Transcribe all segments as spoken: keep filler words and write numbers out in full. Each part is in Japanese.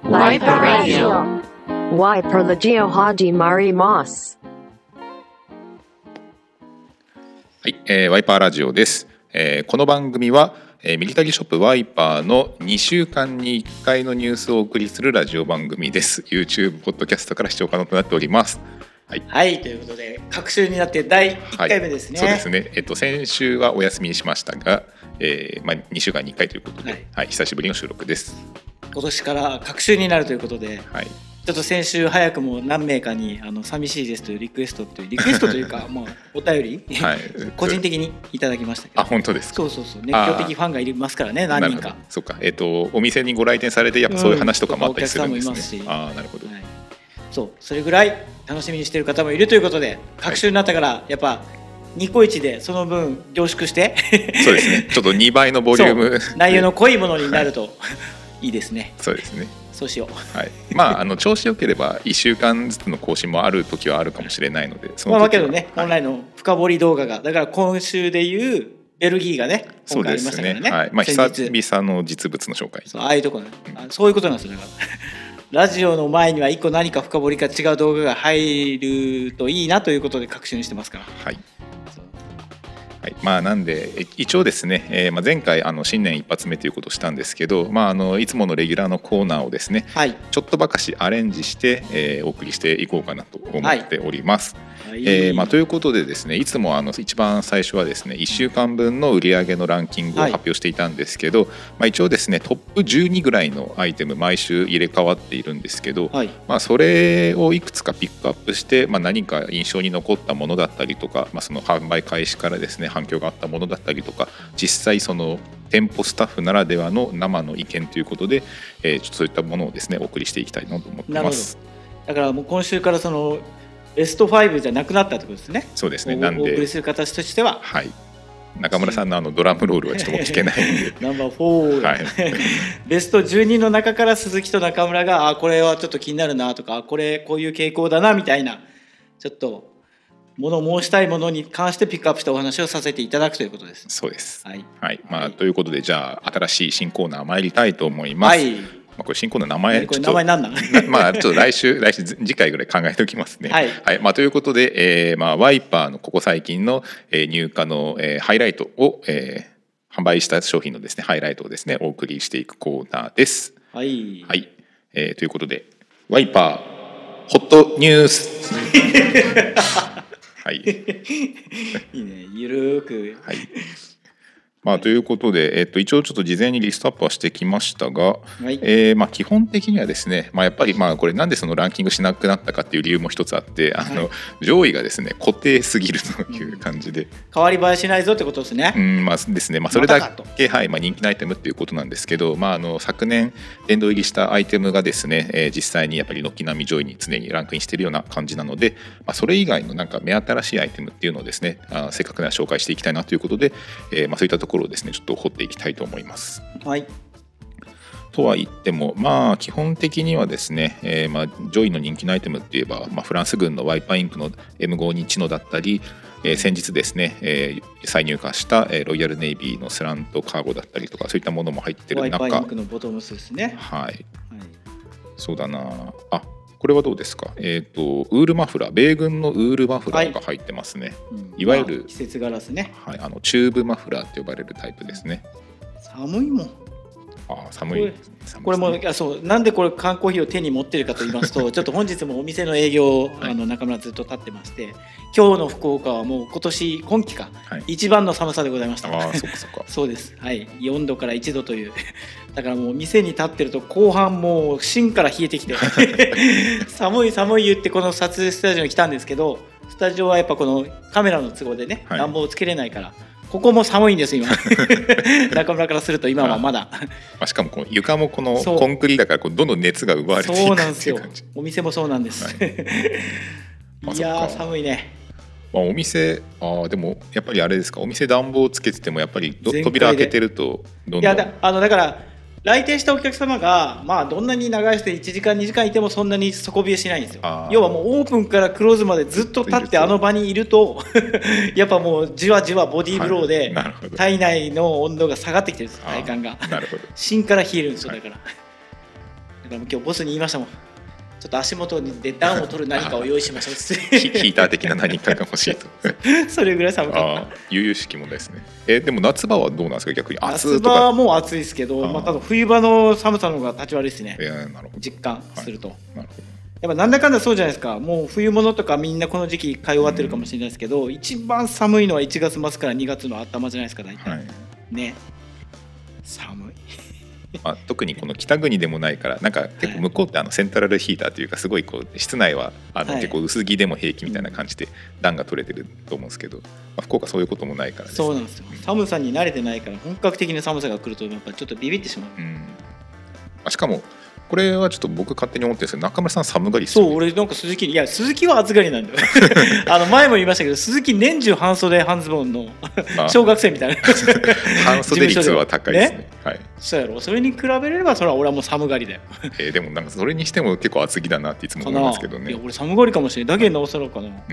Wiper Radio Wiper Radio Hadi Marimas はい、えー、ワイパーラジオです、えー、この番組は、えー、ミリタリーショップワイパーのにしゅうかんにいっかいのニュースをお送りするラジオ番組です。 YouTube、ポッドキャストから視聴可能となっております。はい、はい、 ということで隔週になってだいいっかいめですね。 はい、そうですね、えっと、先週はお休みにしましたが、えーまあ、にしゅうかんにいっかいということで、はいはい、久しぶりの収録です。 今年から隔週になるということで、はい、ちょっと先週早くも何名かにあの寂しいですというリクエストというリクエストというかまあお便り、はい、個人的にいただきましたけど。 あ、本当ですか。 そうそうそう、熱狂的ファンがいますからね、何人か。 そうか、えっと、お店にご来店されてやっぱそういう話とかもあったりするんですね。 うん、お客さんもいますし、 あ、なるほど、はい、 そうそれぐらい楽しみにしている方もいるということで、隔週になったからやっぱニコイチでその分凝縮してそうですね、ちょっとにばいのボリューム内容の濃いものになると、はい、いいですね。 そうですね、 そうしよう。 はい、まああの調子よければいっしゅうかんずつの更新もある時はあるかもしれないので、その時はまあだけどね、はい、本来の深掘り動画がだから今週でいうベルギーがね今回ありましたからね。そうですね、はい、 まあ、久々の実物の紹介、 そうああいうところ、うん、そういうことなんですよ。だからラジオの前にはいっこ何か深掘りか違う動画が入るといいなということで確信してますから。 はい、はい、まあ、なんで一応ですね、えー、まあ前回あの新年一発目ということをしたんですけど、まあ、あのいつものレギュラーのコーナーをですね、はい、ちょっとばかしアレンジして、えー、お送りしていこうかなと思っております。はい、えーまあ、ということでですね、いつもあの一番最初はですねいっしゅうかんぶんの売り上げのランキングを発表していたんですけど、はい、まあ、一応ですねトップじゅうにぐらいのアイテム毎週入れ替わっているんですけど、はい、まあ、それをいくつかピックアップして、まあ、何か印象に残ったものだったりとか、まあ、その販売開始からですね反響があったものだったりとか、実際その店舗スタッフならではの生の意見ということで、えー、ちょっとそういったものをですねお送りしていきたいなと思ってます。 だからもう今週からそのベストごじゃなくなったってことですね。 そうですね、なんでお送りする形としては、 はい、中村さんのあのドラムロールはちょっともう聞けないんでナンバーフォー、はい、ベストじゅうにの中から鈴木と中村があこれはちょっと気になるなとか、これこういう傾向だなみたいなちょっと物申したいものに関してピックアップしたお話をさせていただくということです。 そうです、 はいはい、まあ、ということでじゃあ新しい新コーナー参りたいと思います。はい、まあ、これ新コーナー名前これ名前なんなんまあちょっと来週来週次回ぐらい考えておきますね。はい、はい、まあ、ということで、えーまあ、ワイパーのここ最近の、えー、入荷の、えー、ハイライトを、えー、販売した商品のですねハイライトをですねお送りしていくコーナーです。 はい、 はい、えー、ということでワイパーホットニュースはい、いいね、ゆるーく、 はい、まあ、ということで、えっと、一応ちょっと事前にリストアップはしてきましたが、はい、えーまあ、基本的にはですね、まあ、やっぱりまあこれなんでそのランキングしなくなったかっていう理由も一つあって、あの、はい、上位がですね固定すぎるという感じで、うん、 変わり映えしないぞってことですね。 うん、まあですね、まあ、それだけ、はい、まあ、人気のアイテムっていうことなんですけど、まあ、あの昨年殿堂入りしたアイテムがですね、えー、実際にやっぱり軒並み上位に常にランクインしているような感じなので、まあ、それ以外のなんか目新しいアイテムっていうのをですねあせっかくなら紹介していきたいなということで、えーまあ、そういったところをですねちょっと掘っていきたいと思います。 はい、 とは言っても、まあ、基本的にはですね、えーまあ、上位の人気のアイテムっていえば、まあ、フランス軍のワイパーインクの エムごじゅうに チノだったり、えー、先日ですね、えー、再入荷した、えー、ロイヤルネイビーのスラントカーゴだったりとかそういったものも入ってる中、 ワイパーインクのボトムスですね。 はい、はい、そうだなあ、これはどうですか。えーと、ウールマフラー、米軍のウールマフラーが入ってますね。はい、うん、いわゆる、 まあ、季節ガラスね、 はい、あのチューブマフラーって呼ばれるタイプですね。 寒いもん。 ああ、寒い。これ、 寒いこれもいやそうなんでこれ缶コーヒーを手に持ってるかと言いますとちょっと本日もお店の営業、はい、あの中村ずっと立ってまして、今日の福岡はもう今年今季か、はい、一番の寒さでございました。 ああ、そっかそっかそうです、はい、よんどからいちどというだからもう店に立ってると後半もう芯から冷えてきて寒い寒い言ってこの撮影スタジオに来たんですけど、スタジオはやっぱこのカメラの都合でね、はい、暖房をつけれないからここも寒いんです今中村からすると今はまだあ、しかもこの床もこのコンクリだからこうどんどん熱が奪われていくっていう感じ。そうなんですよ、 お店もそうなんです、はい、いやー寒いね。 まあ、お店あでもやっぱりあれですか、お店暖房つけててもやっぱり扉開けてるとどんどん、いやだあのだから来店したお客様が、まあ、どんなに長いしていちじかんにじかんいてもそんなに底冷えしないんですよ。要はもうオープンからクローズまでずっと立ってあの場にいるとやっぱもうじわじわボディーブローで体内の温度が下がってきてるんです、体感が。なるほど芯から冷えるんですよ。だから、だから今日ボスに言いましたもん。ちょっと足元で暖を取る何かを用意しましょうってヒーター的な何かが欲しいとそれぐらい寒かった。 悠々しきものですね。えでも夏場はどうなんですか逆に。 夏場はもう暑いですけど、あ、まあ、ただ冬場の寒さの方が立ち悪いですね。 いやなるほど。 実感すると、はい、 なるほど。 やっぱなんだかんだそうじゃないですか。もう冬物とかみんなこの時期買い終わってるかもしれないですけど、うん、一番寒いのはいちがつ末からにがつの頭じゃないですか大体、はい、ね。寒いまあ、特にこの北国でもないからなんか結構向こうってあのセントラルヒーターというかすごいこう室内はあの結構薄着でも平気みたいな感じで暖が取れてると思うんですけど、まあ、福岡そういうこともないからですね。 そうなんですよ。寒さに慣れてないから本格的な寒さが来るとやっぱちょっとビビってしまう、うん、 しかもこれはちょっと僕勝手に思ってるんですけど中村さん寒がりですよね。 そう俺なんか鈴木にいや鈴木は暑がりなんだよあの前も言いましたけど鈴木年中半袖半ズボンの小学生みたいな半袖率は高いですね。ね、はい、 そうやろ。それに比べればそれは俺はもう寒がりだよえー、でもなんかそれにしても結構厚着だなっていつも思いますけどね。 いや俺寒がりかもしれない。だけどなおさらかな、うん、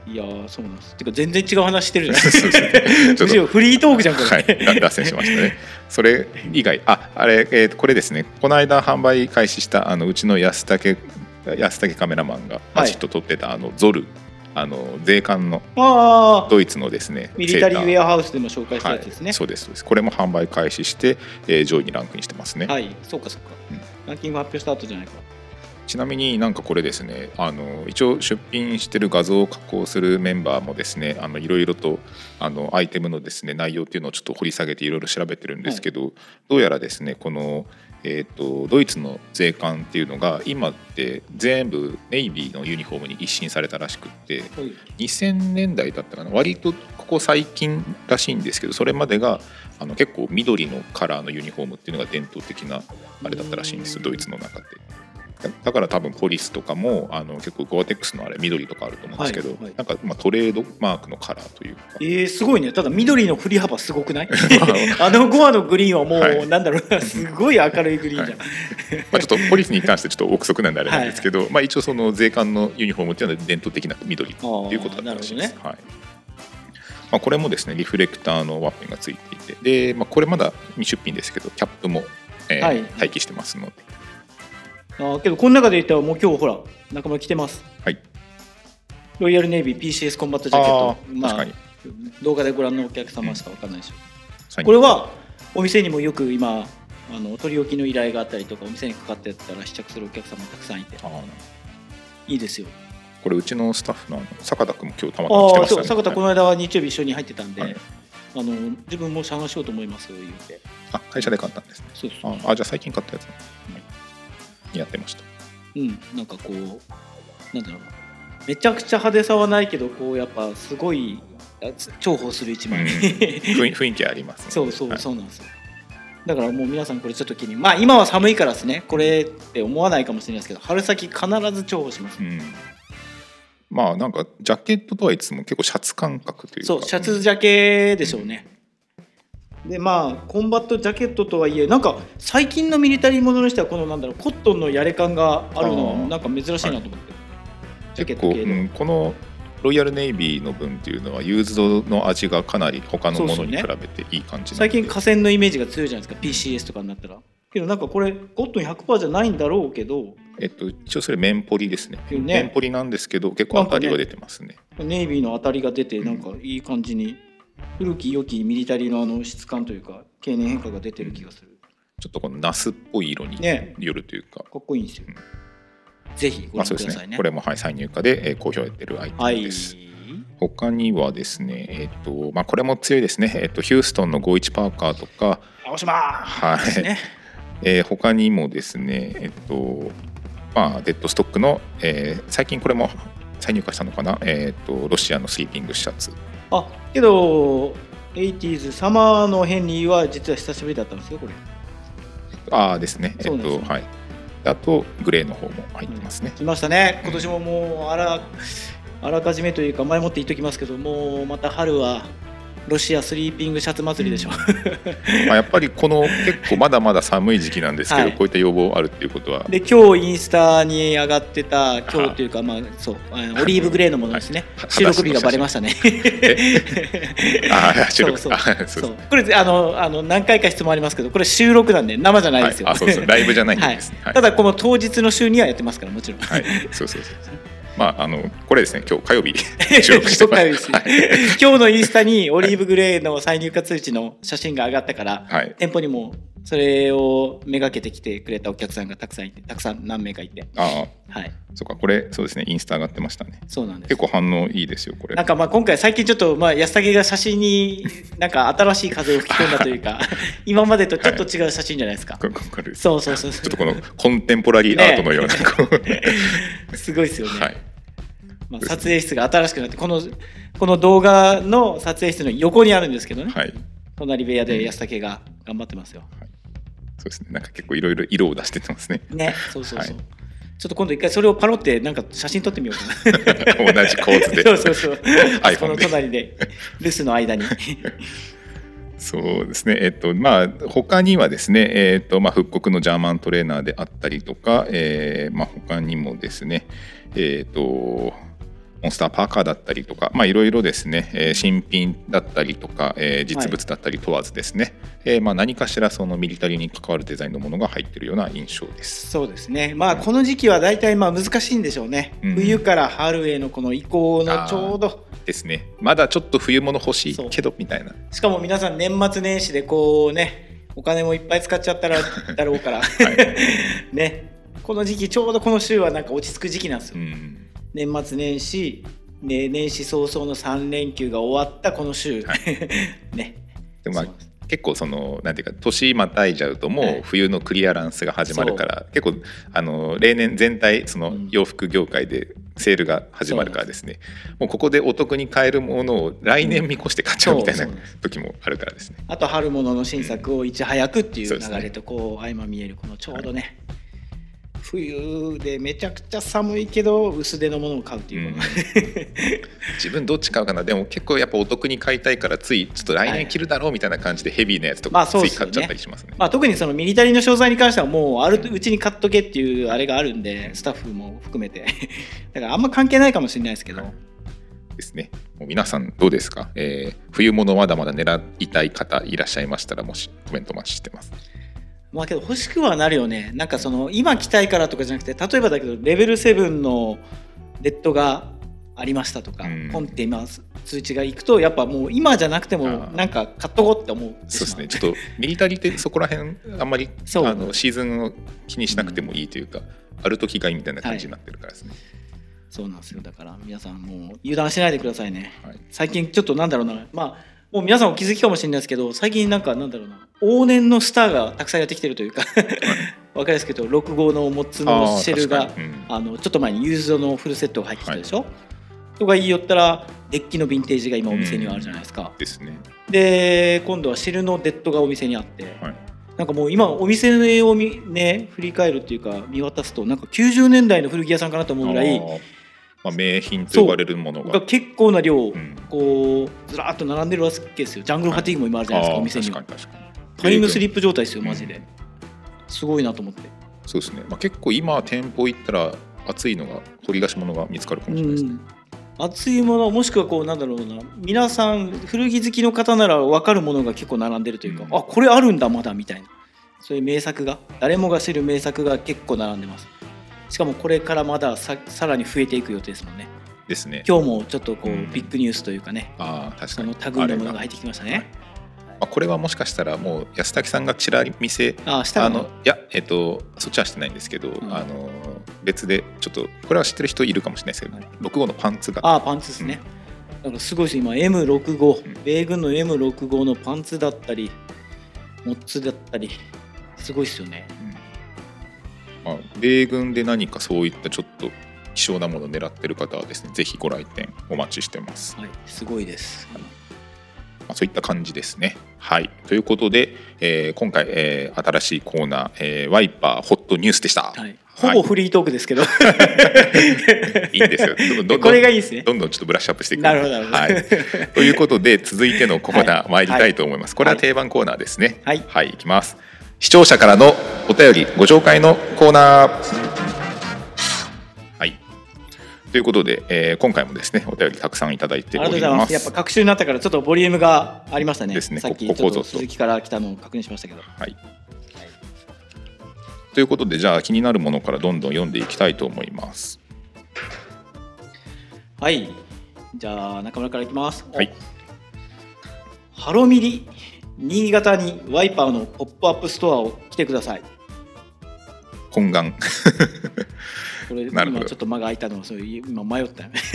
いやそうなんです。てか全然違う話してるじゃんむしろフリートークじゃんこれ、はい、 脱線しましたねそれ以外ああれ、えー、これですね。この間販売開始したあのうちの安武安武カメラマンがバチッと撮ってた、はい、あのゾルあの税関のドイツのですねミリタリーウェアハウスでも紹介したやつですね、 はい、そうですそうです。これも販売開始して、えー、上位にランクインしてますね。 はいそうかそうか、うん、ランキング発表した後じゃないか。 ちなみになんかこれですねあの一応出品してる画像を加工するメンバーもですねあのいろいろとあのアイテムのですね内容っていうのをちょっと掘り下げていろいろ調べてるんですけど、はい、どうやらですねこのえー、とドイツの税関っていうのが今って全部ネイビーのユニフォームに一新されたらしくって、はい、にせんねんだいだったかな。割とここ最近らしいんですけどそれまでがあの結構緑のカラーのユニフォームっていうのが伝統的なあれだったらしいんですよドイツの中で。だから多分ポリスとかもあの結構ゴアテックスのあれ緑とかあると思うんですけど、はいはい、なんかまあトレードマークのカラーというか。 えー、すごいね。ただ緑の振り幅すごくないあのゴアのグリーンはもう、はい、なんだろうなすごい明るいグリーンじゃん、はいまあちょっとポリスに関してちょっと憶測なんであれなんですけど、はいまあ、一応その税関のユニフォームっていうのは伝統的な緑ということだったらしいです。はいまあ、これもですねリフレクターのワッペンがついていてで、まあ、これまだ未出品ですけどキャップも、えーはい、待機してますので。 あけどこの中で言ったらもう今日ほら仲間来てます、 はい、 ロイヤルネイビー ピーシーエス コンバットジャケット。 まあ、確かに動画でご覧のお客様しか分かんないでしょう、うん、これはお店にもよく今あの取り置きの依頼があったりとかお店にかかってやったら試着するお客様たくさんいていいですよ。 これうちのスタッフの坂田君も今日たまたま来てましたね。 あ坂田この間は日曜日一緒に入ってたんで、はい、あの自分も探しようと思いますよ言うて。 あ会社で買ったんですね。 そうそう。 あ, あじゃあ最近買ったやつ、はいやってました。 うんなんかこうなんだろうめちゃくちゃ派手さはないけどこうやっぱすごい重宝する一枚、うん、 雰囲気ありますねそうそう、はい、そうなんですよ。だからもう皆さんこれちょっと気にまあ今は寒いからですねこれって思わないかもしれないですけど春先必ず重宝します、うん、 まあなんかジャケットとはいつも結構シャツ感覚というかそうシャツジャケでしょうね、うん、でまあコンバットジャケットとはいえなんか最近のミリタリーものにしてはこのなんだろうコットンのやれ感があるのはなんか珍しいなと思って、はい、 ジャケット系の、うん、このロイヤルネイビーの分っていうのはユーズドの味がかなり他のものに比べていい感じなので、 最近河川のイメージが強いじゃないですか ピーシーエス とかになったらけどなんかこれコットン ひゃくパーセント じゃないんだろうけどえっと一応それ綿ポリですね綿ポリなんですけど結構当たりは出てますね。 ネイビーの当たりが出てなんかいい感じに古き良きミリタリーのあの質感というか経年変化が出てる気がする。 ちょっとこのナスっぽい色によるというか、ね、 かっこいいんですよ、うん、ぜひご覧ください ね,、まあそうですね。 これも、はい、再入荷で、えー、好評やってるアイテムです、はい。他にはですね、えーとまあ、これも強いですね、えーと、ヒューストンのごじゅういちパーカーとか青島、 はいねえー、他にもですね、えーとまあ、デッドストックの、えー、最近これも再入荷したのかな、えーとロシアのスリーピングシャツ。 あけどエイティーズサマーのヘンリーは実は久しぶりだったんですよこれ。 ああですね。えっとはい。あとグレーの方も入ってますね。 来ましたね。今年ももうあらあらかじめというか前もって言っときますけどもうまた春はロシアスリーピングシャツ祭りでしょ、 うんまあやっぱりこの結構まだまだ寒い時期なんですけど、はい、こういった要望あるっていうことはで今日インスタに上がってた今日というかまあそうオリーブグレーのものですね、はい、収録日がバレましたねあ収録そうそうそうこれあのあの何回か質問ありますけどこれ収録なんで生じゃないですよ、 はい、あそうそうライブじゃないんです、 はい、ただこの当日の週にはやってますからもちろん、 はい、そうそうそうまあ、あのこれですね今日火曜日収録してます、 はい、今日のインスタにオリーブグレーの再入荷通知の写真が上がったから、はい、店舗にもそれをめがけてきてくれたお客さんがたくさんいてたくさん何名かいてああ、はい、そうかこれそうですねインスタ上がってましたねそうなんです結構反応いいですよこれなんかまあ今回最近ちょっとまあ安武が写真になんか新しい風を吹き込んだというか今までとちょっと違う写真じゃないですか、はい、そうそうそうちょっとこのコンテンポラリーアートのような、ね、 すごいですよね、はいまあ、撮影室が新しくなってこのこの動画の撮影室の横にあるんですけどね、はい、隣部屋で安武が頑張ってますよ、はい、 そうですねなんか結構いろいろ色を出してますねねそうそうそう、はい、ちょっと今度一回それをパロってなんか写真撮ってみようかな同じ構図でそうそうそうこの隣で留守の間にそうですね、えっとまあ、他にはですね、えっとまあ、復刻のジャーマントレーナーであったりとか、えーまあ、他にもですね、えっとモンスターパーカーだったりとか、まあ、いろいろですね、えー、新品だったりとか、えー、実物だったり問わずですね、はいえーまあ、何かしらそのミリタリーに関わるデザインのものが入っているような印象です。 そうですね、まあ、この時期は大体まあ難しいんでしょうね、うん、冬から春へのこの移行のちょうどですねまだちょっと冬物欲しいけどみたいなしかも皆さん年末年始でこうねお金もいっぱい使っちゃったらだろうから、はいね、この時期ちょうどこの週はなんか落ち着く時期なんですよ、うん年末年始、ね、年始早々のさん連休が終わったこの週、はいね、 でもまあ結構そのなんていうか年またいじゃうともう冬のクリアランスが始まるから、はい、結構あの例年全体その洋服業界でセールが始まるからですね、うん、もうここでお得に買えるものを来年見越して買っちゃうみたいな時もあるからですね、 あと春物の新作をいち早くっていう流れとこう相まみえるこのちょうどね、はい冬でめちゃくちゃ寒いけど薄手のものを買うっていう、うん、 自分どっち買うかなでも結構やっぱお得に買いたいからついちょっと来年着るだろうみたいな感じでヘビーなやつとかつい買っちゃったりしますね、まあ、 まあ特にそのミリタリーの商材に関してはもうあるうちに買っとけっていうあれがあるんでスタッフも含めてだからあんま関係ないかもしれないですけど、はいですね、もう皆さんどうですか、えー、冬物まだまだ狙いたい方いらっしゃいましたらもしコメントお待ちしてます。 まあけど欲しくはなるよね。なんかその今着たいからとかじゃなくて例えばだけどレベルセブンのレッドがありましたとか、うん、ポンって今通知がいくとやっぱもう今じゃなくてもなんか買っとこうって思う。 そうですねちょっとミリタリーってそこら辺あんまりあのシーズンを気にしなくてもいいというか、うん、ある時がいいみたいな感じになってるからですね、はい、 そうなんですよ。だから皆さんもう油断しないでくださいね、はい、最近ちょっとなんだろうなまあもう皆さんお気づきかもしれないですけど最近なんかなんだろうな往年のスターがたくさんやってきてるというか分かりやすく言うとろく号のモッツのシェルが あ,、うん、あのちょっと前にユーズドのフルセットが入ってきたでしょ、はい、とか言いよったらデッキのヴィンテージが今お店にはあるじゃないですか、 うん、ですね。 で今度はシェルのデッドがお店にあって、はい、なんかもう今お店をね振り返るっていうか見渡すとなんかきゅうじゅうねんだいの古着屋さんかなと思うぐらいまあ、名品と呼ばれるもの が, が結構な量、うん、こうずらーっと並んでるわけですよ。ジャングルファティーグも今あるじゃないですか、はい、お店には。確かに確かにタイムスリップ状態ですよマジで、うん、すごいなと思って。 そうですね、まあ、結構今店舗行ったら熱いのが掘り出し物が見つかるかもしれないですね、うん、 熱いものもしくはこうなんだろうな皆さん古着好きの方なら分かるものが結構並んでるというか、うん、あこれあるんだまだみたいなそういう名作が誰もが知る名作が結構並んでます。しかもこれからまだ さ, さらに増えていく予定ですもんね。 ですね。 今日もちょっとこう、うん、ビッグニュースというかね、 あ確かにそのタグのものが入ってきましたね。はいまあ、これはもしかしたらもう安武さんがちら見せあしたのいや、えっと、そっちはしてないんですけど、うん、あの別でちょっとこれは知ってる人いるかもしれないですけど、ね、ろく号のパンツがあパンツですね、うん、だからすごいです今 エムろく号、うん、米軍の エムろく号のパンツだったりモッツだったりすごいですよね。 まあ、米軍で何かそういったちょっと希少なものを狙っている方はですねぜひご来店お待ちしてます。 はい、すごいです、はいまあ、そういった感じですね。 はい、ということで、えー、今回、えー、新しいコーナー、えー、ワイパーホットニュースでした。 はい、ほぼフリートークですけど、はい、 いいんですよ。どんどんこれがいいですね。 どんどんちょっとブラッシュアップしていく。 なるほどなるほど、 はい、ということで続いてのコーナー参りたいと思います。はい、これは定番コーナーですね。はい、はい、いきます。視聴者からのお便りご紹介のコーナー。ということで、えー、今回もですねお便りたくさんいただいております。ありがとうございます。 やっぱ隔週になったからちょっとボリュームがありましたね。ですね。さっきちょっと鈴木から来たのを確認しましたけど。はい。 ということでじゃあ気になるものからどんどん読んでいきたいと思います。 はい。じゃあ中村からいきます。 はい。 ハロミリ新潟にワイパーのポップアップストアを来てください。 懇願。 これ今ちょっと間が空いたのはそういう今迷ったよね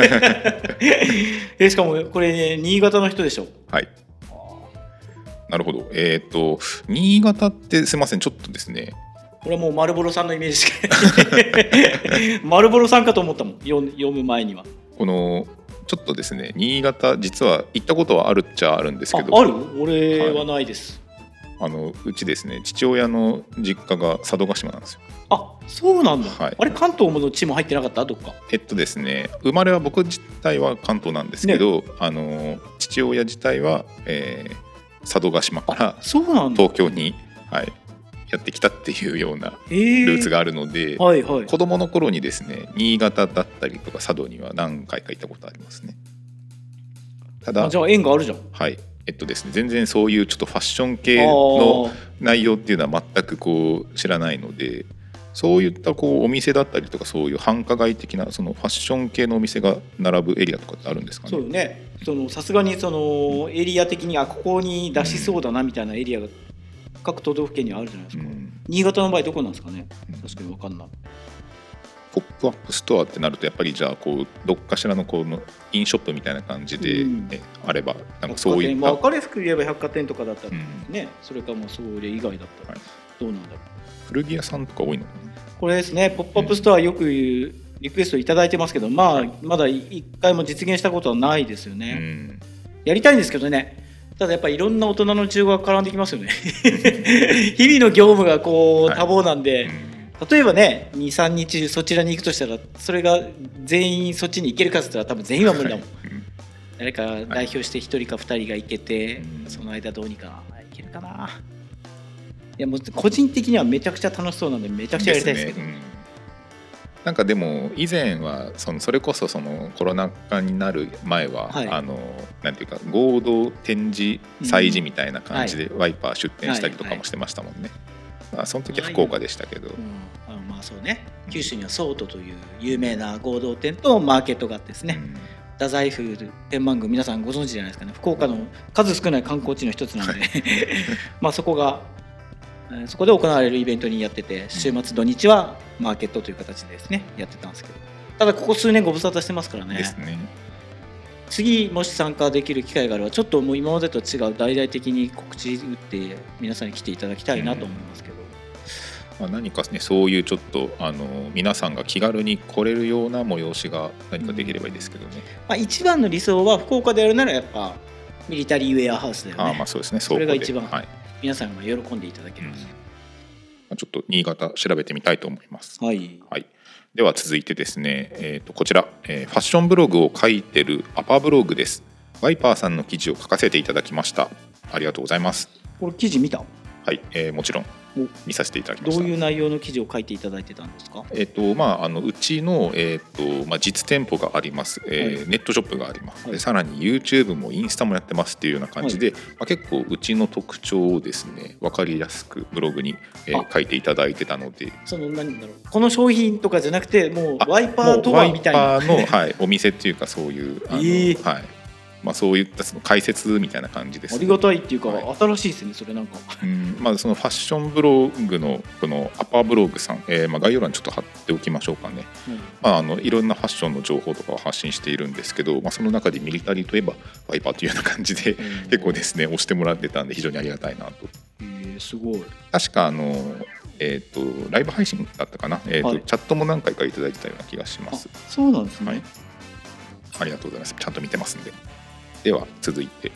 えしかもこれ、ね、新潟の人でしょ。 はい。なるほど。えっ、ー、と新潟ってすいませんちょっとですね。 これはもう丸ボロさんのイメージしかない丸ボロさんかと思ったもん読む前には。 このちょっとですね新潟実は行ったことはあるっちゃあるんですけど。 あ、ある？俺はないです。 はい、あのうちですね父親の実家が佐渡島なんですよ。 あ、そうなんだ。 はい、 あれ関東の地も入ってなかった？どっか。 えっとですね生まれは僕自体は関東なんですけど、ね、あの父親自体は、えー、佐渡島から東京に、はい、やってきたっていうようなルーツがあるので、 はいはい、 子供の頃にですね新潟だったりとか佐渡には何回か行ったことありますね。ただじゃあ縁があるじゃん。 はい。えっとですね、全然そういうちょっとファッション系の内容っていうのは全くこう知らないので、そういったこうお店だったりとかそういう繁華街的なそのファッション系のお店が並ぶエリアとかってあるんですかね。 そうね。そのさすがにそのエリア的にあここに出しそうだなみたいなエリアが各都道府県にはあるじゃないですか。うん、新潟の場合どこなんですかね。確かに分かんない。 ポップアップストアってなるとやっぱりじゃあこうどっかしらのこのインショップみたいな感じで、ねうん、あればなんかそういった、 まあ、分かりやすく言えば百貨店とかだったらね、うん、それかもうそれ以外だったらどうなんだろう、はい、 古着屋さんとか多いのかな。 これですねポップアップストアよくリクエストいただいてますけど、うん、まあまだ一回も実現したことはないですよね、うん、やりたいんですけどね。ただやっぱりいろんな大人の事情が絡んできますよね日々の業務がこう多忙なんで、はいうん、例えばね にさんにちそちらに行くとしたらそれが全員そっちに行けるかって言ったら多分全員は無理だもん、はい、誰か代表してひとりかふたりが行けて、はい、その間どうにか行けるかな。いやもう個人的にはめちゃくちゃ楽しそうなんでめちゃくちゃやりたいですけど、ねうん、 なんかでも以前はそのそれこそそのコロナ禍になる前は、はい、あのなんていうか合同展示催事みたいな感じでワイパー出展したりとかもしてましたもんね、はいはいはい。あその時は福岡でしたけど、うん、 あまあそうね九州にはソートという有名な合同店とマーケットがあってですね、うん、太宰府天満宮皆さんご存知じゃないですかね。福岡の数少ない観光地の一つなんでまあそこがそこで行われるイベントにやってて週末土日はマーケットという形でですねやってたんですけど、ただここ数年ご無沙汰してますからね。 ですね。 次もし参加できる機会があればちょっともう今までと違う大々的に告知打って皆さんに来ていただきたいなと思いますけど、 うんまあ、何かねそういうちょっとあの皆さんが気軽に来れるような催しが何かできればいいですけどね、うんまあ、一番の理想は福岡でやるならやっぱミリタリーウェアハウスだよね。 あまあそうですね。 それが一番、はい、皆さんが喜んでいただけます、 うん、ちょっと新潟調べてみたいと思います、 はいはい、では続いてですね、えー、とこちら、えー、ファッションブログを書いてるアパブログです。ワイパーさんの記事を書かせていただきました。ありがとうございます。 これ記事見た？ はい、えー、もちろん見させていただきました。 どういう内容の記事を書いていただいてたんですか？ えーとまあ、あのうちの、えーとまあ、実店舗があります、えーはい、ネットショップがあります、はい、でさらに YouTube もインスタもやってますっていうような感じで、はいまあ、結構うちの特徴をですね分かりやすくブログに、えー、書いていただいてたので、 その何だろうこの商品とかじゃなくてもうワイパーとはみたいなワイパーの、はい、お店っていうかそういうあの、えーはいまあ、そういったその解説みたいな感じです、ね、 ありがたいっていうか、はい、新しいですねそれなんかうんまあそのファッションブログのこのアパーブログさん、えーまあ、概要欄にちょっと貼っておきましょうかね、うんまあ、あのいろんなファッションの情報とかを発信しているんですけど、まあ、その中でミリタリーといえばワイパーというような感じで、うん、結構ですね押してもらってたんで非常にありがたいなと。 えー、すごい。 確かあのえー、とライブ配信だったかな、えーとはい、チャットも何回かいただいてたような気がします。 あそうなんですね、 はい、ありがとうございます。ちゃんと見てますんで。では続いて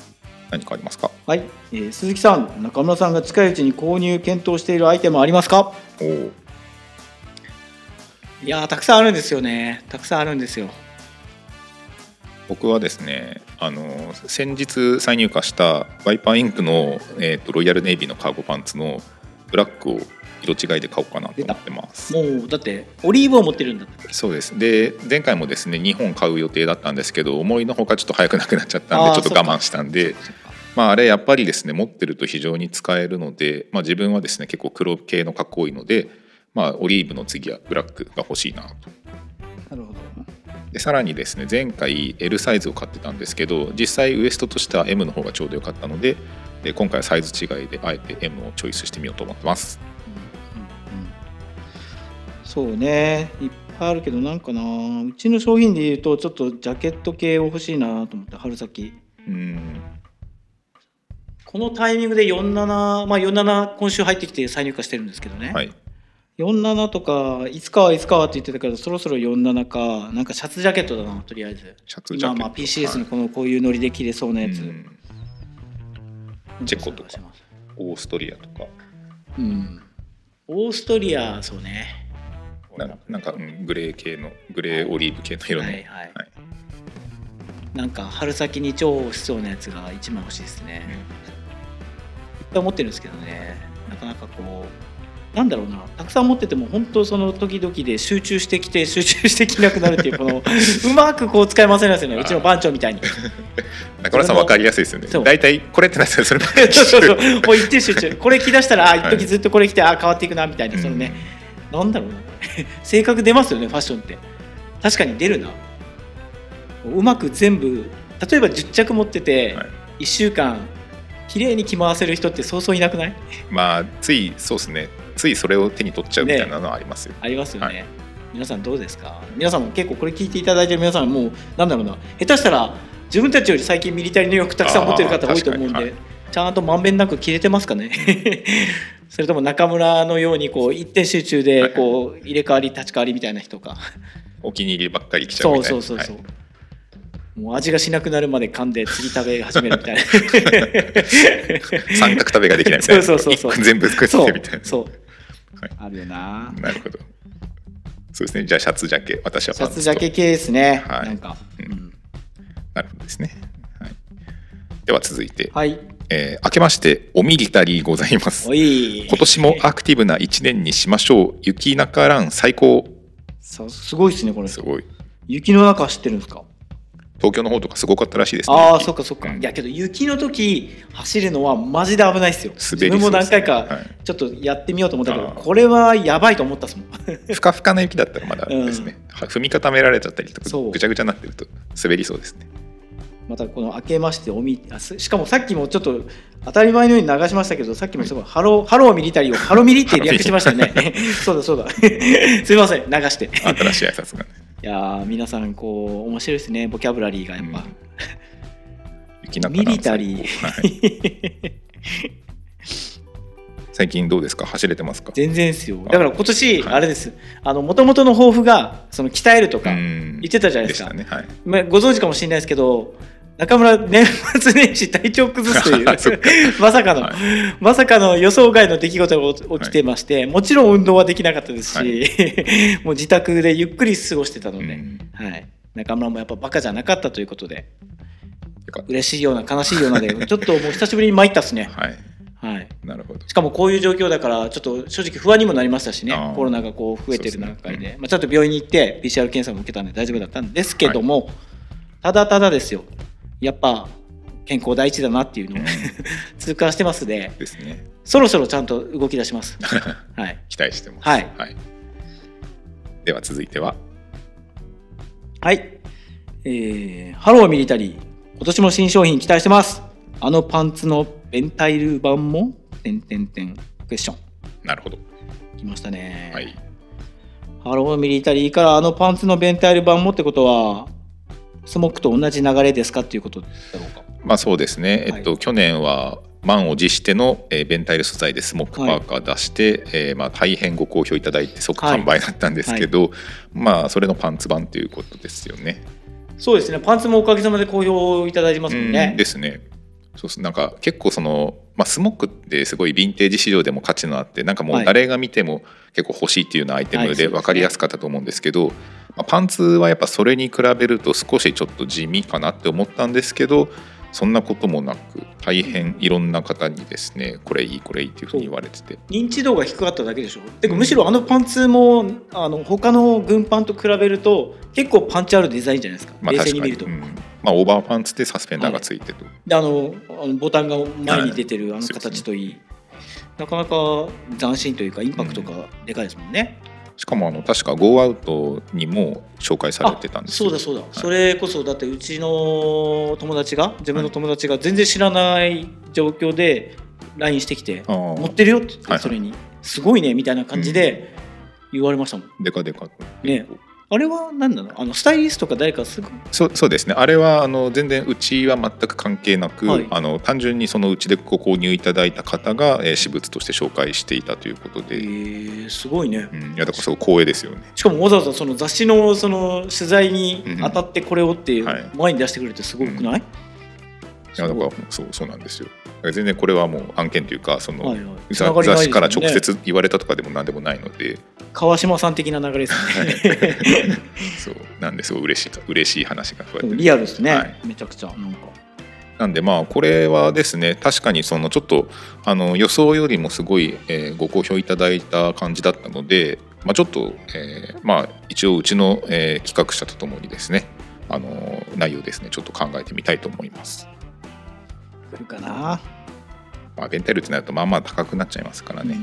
何かありますか？ はい、えー、鈴木さん、中村さんが近いうちに購入検討しているアイテムありますか？ おーいやー、たくさんあるんですよね。たくさんあるんですよ。 僕はですね、あの先日再入荷したワイパーインクの、えー、とロイヤルネイビーのカーゴパンツのブラックを色違いで買おうかなと思ってます。 もうだってオリーブを持ってるんだ。 そうです。で前回もですねにほん買う予定だったんですけど、思いのほかちょっと早くなくなっちゃったんでちょっと我慢したんで、まあ、あれやっぱりですね持ってると非常に使えるので、まあ、自分はですね結構黒系の格好多いので、まあ、オリーブの次はブラックが欲しいなと。 なるほど。 でさらにですね前回 エル サイズを買ってたんですけど、実際ウエストとしては エム の方がちょうど良かったので、で今回はサイズ違いであえて エム をチョイスしてみようと思ってます。 うんうんうん、そうね、いっぱいあるけどなんかな、うちの商品でいうとちょっとジャケット系を欲しいなと思って、春先。 うんこのタイミングでよんじゅうなな、まあ、よんじゅうなな今週入ってきて再入荷してるんですけどね、 はい、 よんじゅうななとかいつかはいつかはって言ってたから、そろそろよんじゅうななか、なんかシャツジャケットだな、とりあえずシャツジャケット、 今まあ ピーシーエス のこのこういうノリで着れそうなやつ、 うん、チェコとかオーストリアとか、 うん、オーストリア、そうね、 ななんか、うん、グレー系のグレーオリーブ系の色の、 はいはいはい、なんか春先に重宝しそうなやつがいちまい欲しいですね、うん、いっぱい持ってるんですけどね、なかなかこうなんだろうな、たくさん持ってても本当その時々で集中してきて集中してきなくなるっていうこのうまくこう使いませんですよね、うちの番長みたいに。 中村さん分かりやすいですよね。だいたいこれってなったらそればっかりそうそうそう、もう一点集中、これ着出したらあ一時ずっとこれ着てあ変わっていくなみたいな、そのね、なんだろうな性格出ますよね、ファッションって。確かに出るな。うまく全部、例えばじゅっちゃく持ってて、はい、いっしゅうかん綺麗に着回せる人ってそうそういなくない？まあついそうですね、ついそれを手に取っちゃうみたいなのはありますよ、ね、 ありますよね、 はい、 皆さんどうですか？皆さんも結構これ聞いていただいてる皆さんもうなんだろうな、下手したら自分たちより最近ミリタリーの洋服たくさん持ってる方多いと思うんで、はい、ちゃんとまんべんなく着れてますかねそれとも中村のようにこう一点集中でこう入れ替わり立ち替わりみたいな人かお気に入りばっかり着ちゃうみたいな。 そうそうそうそう、はい、もう味がしなくなるまで噛んで次食べ始めるみたいな三角食べができないみたいな。 そうそうそうそう、 全部食ってみたいな。 そう、 はい、 あるよな。 なるほど。そうですね。じゃあシャツジャケ、私はパンツと。 シャツジャケ系ですね。 はい、 なんか、 うんうん、なるほどですね。はい、では続いて、 はい、 えー、明けましておミリタリーございます。 おい、 今年もアクティブな一年にしましょう。雪中ラン最高。 さすごいですねこれ。すごい。雪の中走ってるんですか？ 東京の方とかすごかったらしいですね。 ああ、そっかそっか、うん、いやけど雪の時走るのはマジで危ないですよ。自分も何回かちょっとやってみようと思ったけど、はい、これはやばいと思ったっすもんふかふかな雪だったらまだですね、うん、踏み固められちゃったりとかぐちゃぐちゃになってると滑りそうですね。 またこの明けましておみあしかもさっきもちょっと当たり前のように流しましたけど、さっきもすごいハロー、ハローミリタリーをハロミリって略しましたよねそうだそうだすいません流して新しい挨拶がねいや皆さんこう面白いですね、ボキャブラリーがやっぱ、うん、 雪中ミリタリー、はい、 最近どうですか、走れてますか？ 全然ですよ。だから今年あれです、もともとの抱負がその鍛えるとか言ってたじゃないですか、 でしたね、はい、 まあ、ご存知かもしれないですけど、中村年末年始体調崩すというまさかの、はい、まさかの予想外の出来事が起きてまして、はい、もちろん運動はできなかったですし、はい、もう自宅でゆっくり過ごしてたので、はい、中村もやっぱバカじゃなかったということで、嬉しいような悲しいようなでちょっともう久しぶりに参ったっすね。 はいはい、 なるほど。 しかもこういう状況だからちょっと正直不安にもなりましたしね、コロナがこう増えてる中で、ね、うん、まあ、ちょっと病院に行って ピーシーアール 検査も受けたんで大丈夫だったんですけども、はい、ただただですよ、やっぱ健康第一だなっていうのを痛感してますで、 ですね、 そろそろちゃんと動き出します、はい、 期待してます、 はいはい、では続いてははい、えー、ハローミリタリー今年も新商品期待してます。あのパンツのベンタイル版も点点点クエスチョン。 なるほど、 来ましたね、 はい、 ハローミリタリーからあのパンツのベンタイル版もってことはスモックと同じ流れですかっていうことだろうか。 まあそうですね、えっと、はい、去年は満を持しての、えー、ベンタイル素材でスモックパーカー出して、はい、えーまあ、大変ご好評いただいて即完売だったんですけど、はいはい、まあそれのパンツ版ということですよね。 そうですね、パンツもおかげさまで好評いただいてますもんね。 うんですね。 そうそうなんか結構その、まあ、スモックってすごいヴィンテージ市場でも価値のあって、なんかもう誰が見ても結構欲しいっていうようなアイテムで分かりやすかったと思うんですけど、はいはいそうですね、まあ、パンツはやっぱそれに比べると少しちょっと地味かなって思ったんですけど、そんなこともなく大変いろんな方にですね、これいいこれいいっていうふうに言われてて、 認知度が低かっただけでしょ。てかむしろあのパンツもあの他の軍パンと比べると結構パンチあるデザインじゃないですか、 まあ、 冷静に見ると、 うんまあ、オーバーパンツでサスペンダーがついてる、はい、 であのあのボタンが前に出てるあの形といい、はい、なかなか斬新というかインパクトがでかいですもんね、 うん、しかもあの確か ゴーアウトにも紹介されてたんですよ。 そうだそうだ、はい、それこそだってうちの友達が自分の友達が全然知らない状況で ライン してきて、持ってるよって言って、それにすごいねみたいな感じで言われましたもん、 うん、でかでかね。あれは何なの？あのスタイリストか誰かすぐ？ そ う, そうですね。あれはあの全然うちは全く関係なく、はい、あの単純にそのうちでご購入いただいた方が、えー、私物として紹介していたということで、 えー、すごいね、 うん、いやだからすごい光栄ですよね。 しかもわざわざその雑誌 の, その取材に当たってこれをって前に出してくれてすごくない？うんうん、いやだからそうそうなんですよ。全然これはもう案件というかその、はいはい、 雑誌から直接言われたとかでも何でもないので、 川島さん的な流れですねそうなんですごい嬉しい嬉しい話がこうやってリアルですね、はい、めちゃくちゃなんかなんでまあこれはですね、確かにそのちょっとあの予想よりもすごい、えー、ご好評いただいた感じだったので、まあ、ちょっと、えー、まあ一応うちの、えー、企画者とともにですね、あの内容ですねちょっと考えてみたいと思います。 来るかな。 まあ、ベンタイルってなるとまあまあ高くなっちゃいますからね。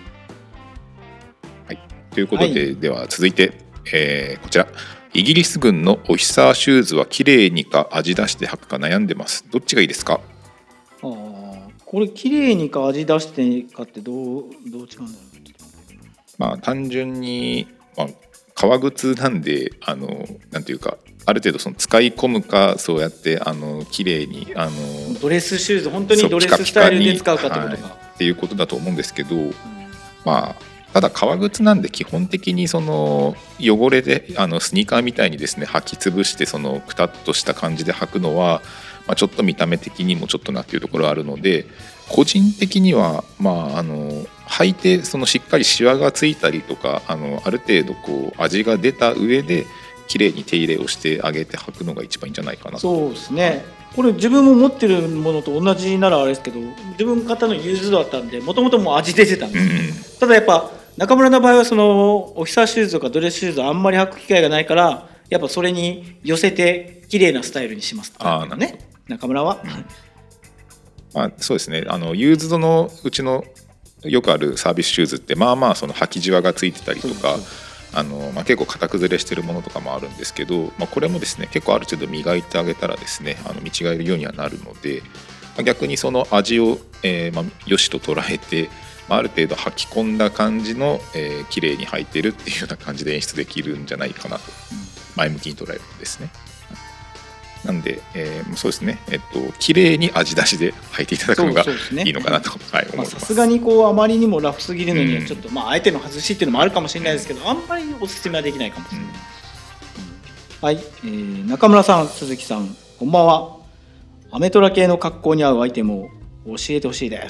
はい、ということで、はい、では続いて、えー、こちらイギリス軍のオフィサーシューズは綺麗にか味出して履くか悩んでます。どっちがいいですか？ あこれ綺麗にか味出してかってどうどう違うんだろう。 まあ単純に、まあ、革靴なんであのなんていうかある程度その使い込むか、そうやってあの綺麗にあのドレスシューズ本当にドレススタイルで使うかってことか、 はい、っていうことだと思うんですけど、うん、まあただ革靴なんで基本的にその汚れであのスニーカーみたいにですね履き潰してそのくたっとした感じで履くのは、まあ、ちょっと見た目的にもちょっとなっていうところがあるので、個人的にはまああの履いてそのしっかりシワがついたりとか あのある程度こう味が出た上で綺麗に手入れをしてあげて履くのが一番いいんじゃないかなと。 そうですね。これ自分も持ってるものと同じならあれですけど、自分方のユーズドだったんでもともともう味出てたんですよ、うんうん、ただやっぱ中村の場合はそのオフィサーシューズとかドレスシューズあんまり履く機会がないから、やっぱそれに寄せて綺麗なスタイルにしますあーね、中村は、うんまあ、そうですね。あのユーズドのうちのよくあるサービスシューズってまあまあその履きじわがついてたりとか、あのまあ、結構型崩れしてるものとかもあるんですけど、まあ、これもですね結構ある程度磨いてあげたらですねあの見違えるようにはなるので、まあ、逆にその味を、えーまあ、よしと捉えて、まあ、ある程度履き込んだ感じの、えー、綺麗に履いてるっていうような感じで演出できるんじゃないかなと前向きに捉えるんですね。なんで、えー、そうですね、えっと綺麗に味出しで履いていただくのがいいのかなと、はい、思います。 さすがにこうあまりにもラフすぎるのにはちょっと、うん、まああえての外しっていうのもあるかもしれないですけど、うん、あんまりおすすめはできないかもしれない、うんうん、はい、えー、中村さん、鈴木さん、こんばんは。アメトラ系の格好に合うアイテムを教えてほしいです。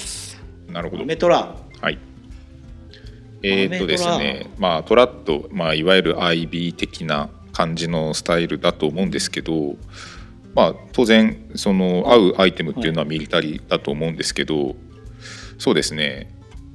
なるほど。 アメトラ、 はい、えー、っとですね、まあトラッド、まあ、いわゆる アイビー 的な感じのスタイルだと思うんですけど、まあ、当然その合うアイテムっていうのはミリタリーだと思うんですけど、はい、そうですね、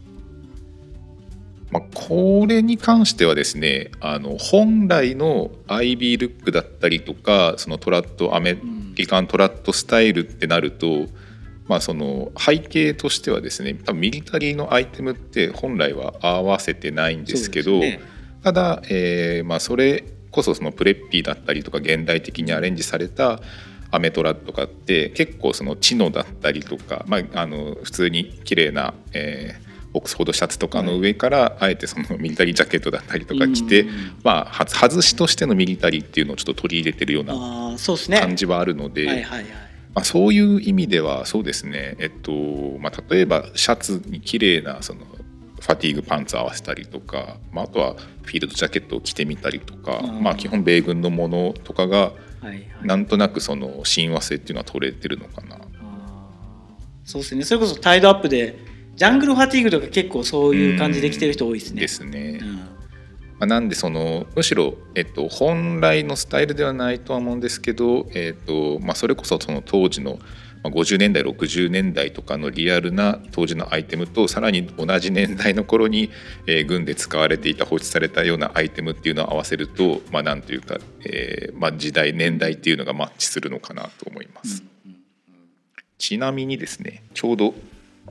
まあ、これに関してはですねあの本来の アイビー ルックだったりとかそのトラッドアメリカントラッドスタイルってなると、まあ、その背景としてはですね多分ミリタリーのアイテムって本来は合わせてないんですけど、ね、ただ、えーまあ、それこそそのプレッピーだったりとか現代的にアレンジされたアメトラとかって結構そのチノだったりとか、まあ、あの普通に綺麗な、えー、オックスフォードシャツとかの上からあえてそのミリタリージャケットだったりとか着て、まあ、外しとしてのミリタリーっていうのをちょっと取り入れてるような感じはあるので、まあ、そういう意味ではそうですね、えっとまあ、例えばシャツに綺麗なそのファティーグパンツ合わせたりとか、まあ、あとはフィールドジャケットを着てみたりとか、まあ、基本米軍のものとかがなんとなくその親和性っていうのは取れてるのかな。 あそうですね。それこそタイドアップでジャングルファティーグとか結構そういう感じで来てる人多いですね。 ですね。 うん、 まあ、なんでそのむしろ、えっと、本来のスタイルではないとは思うんですけど、えっとまあ、それこそその当時のごじゅうねんだいろくじゅうねんだいとかのリアルな当時のアイテムとさらに同じ年代の頃に、えー、軍で使われていた放置されたようなアイテムっていうのを合わせると、まあ、なんというか、えーまあ、時代年代っていうのがマッチするのかなと思います。うんうんうん、ちなみにですね、ちょうど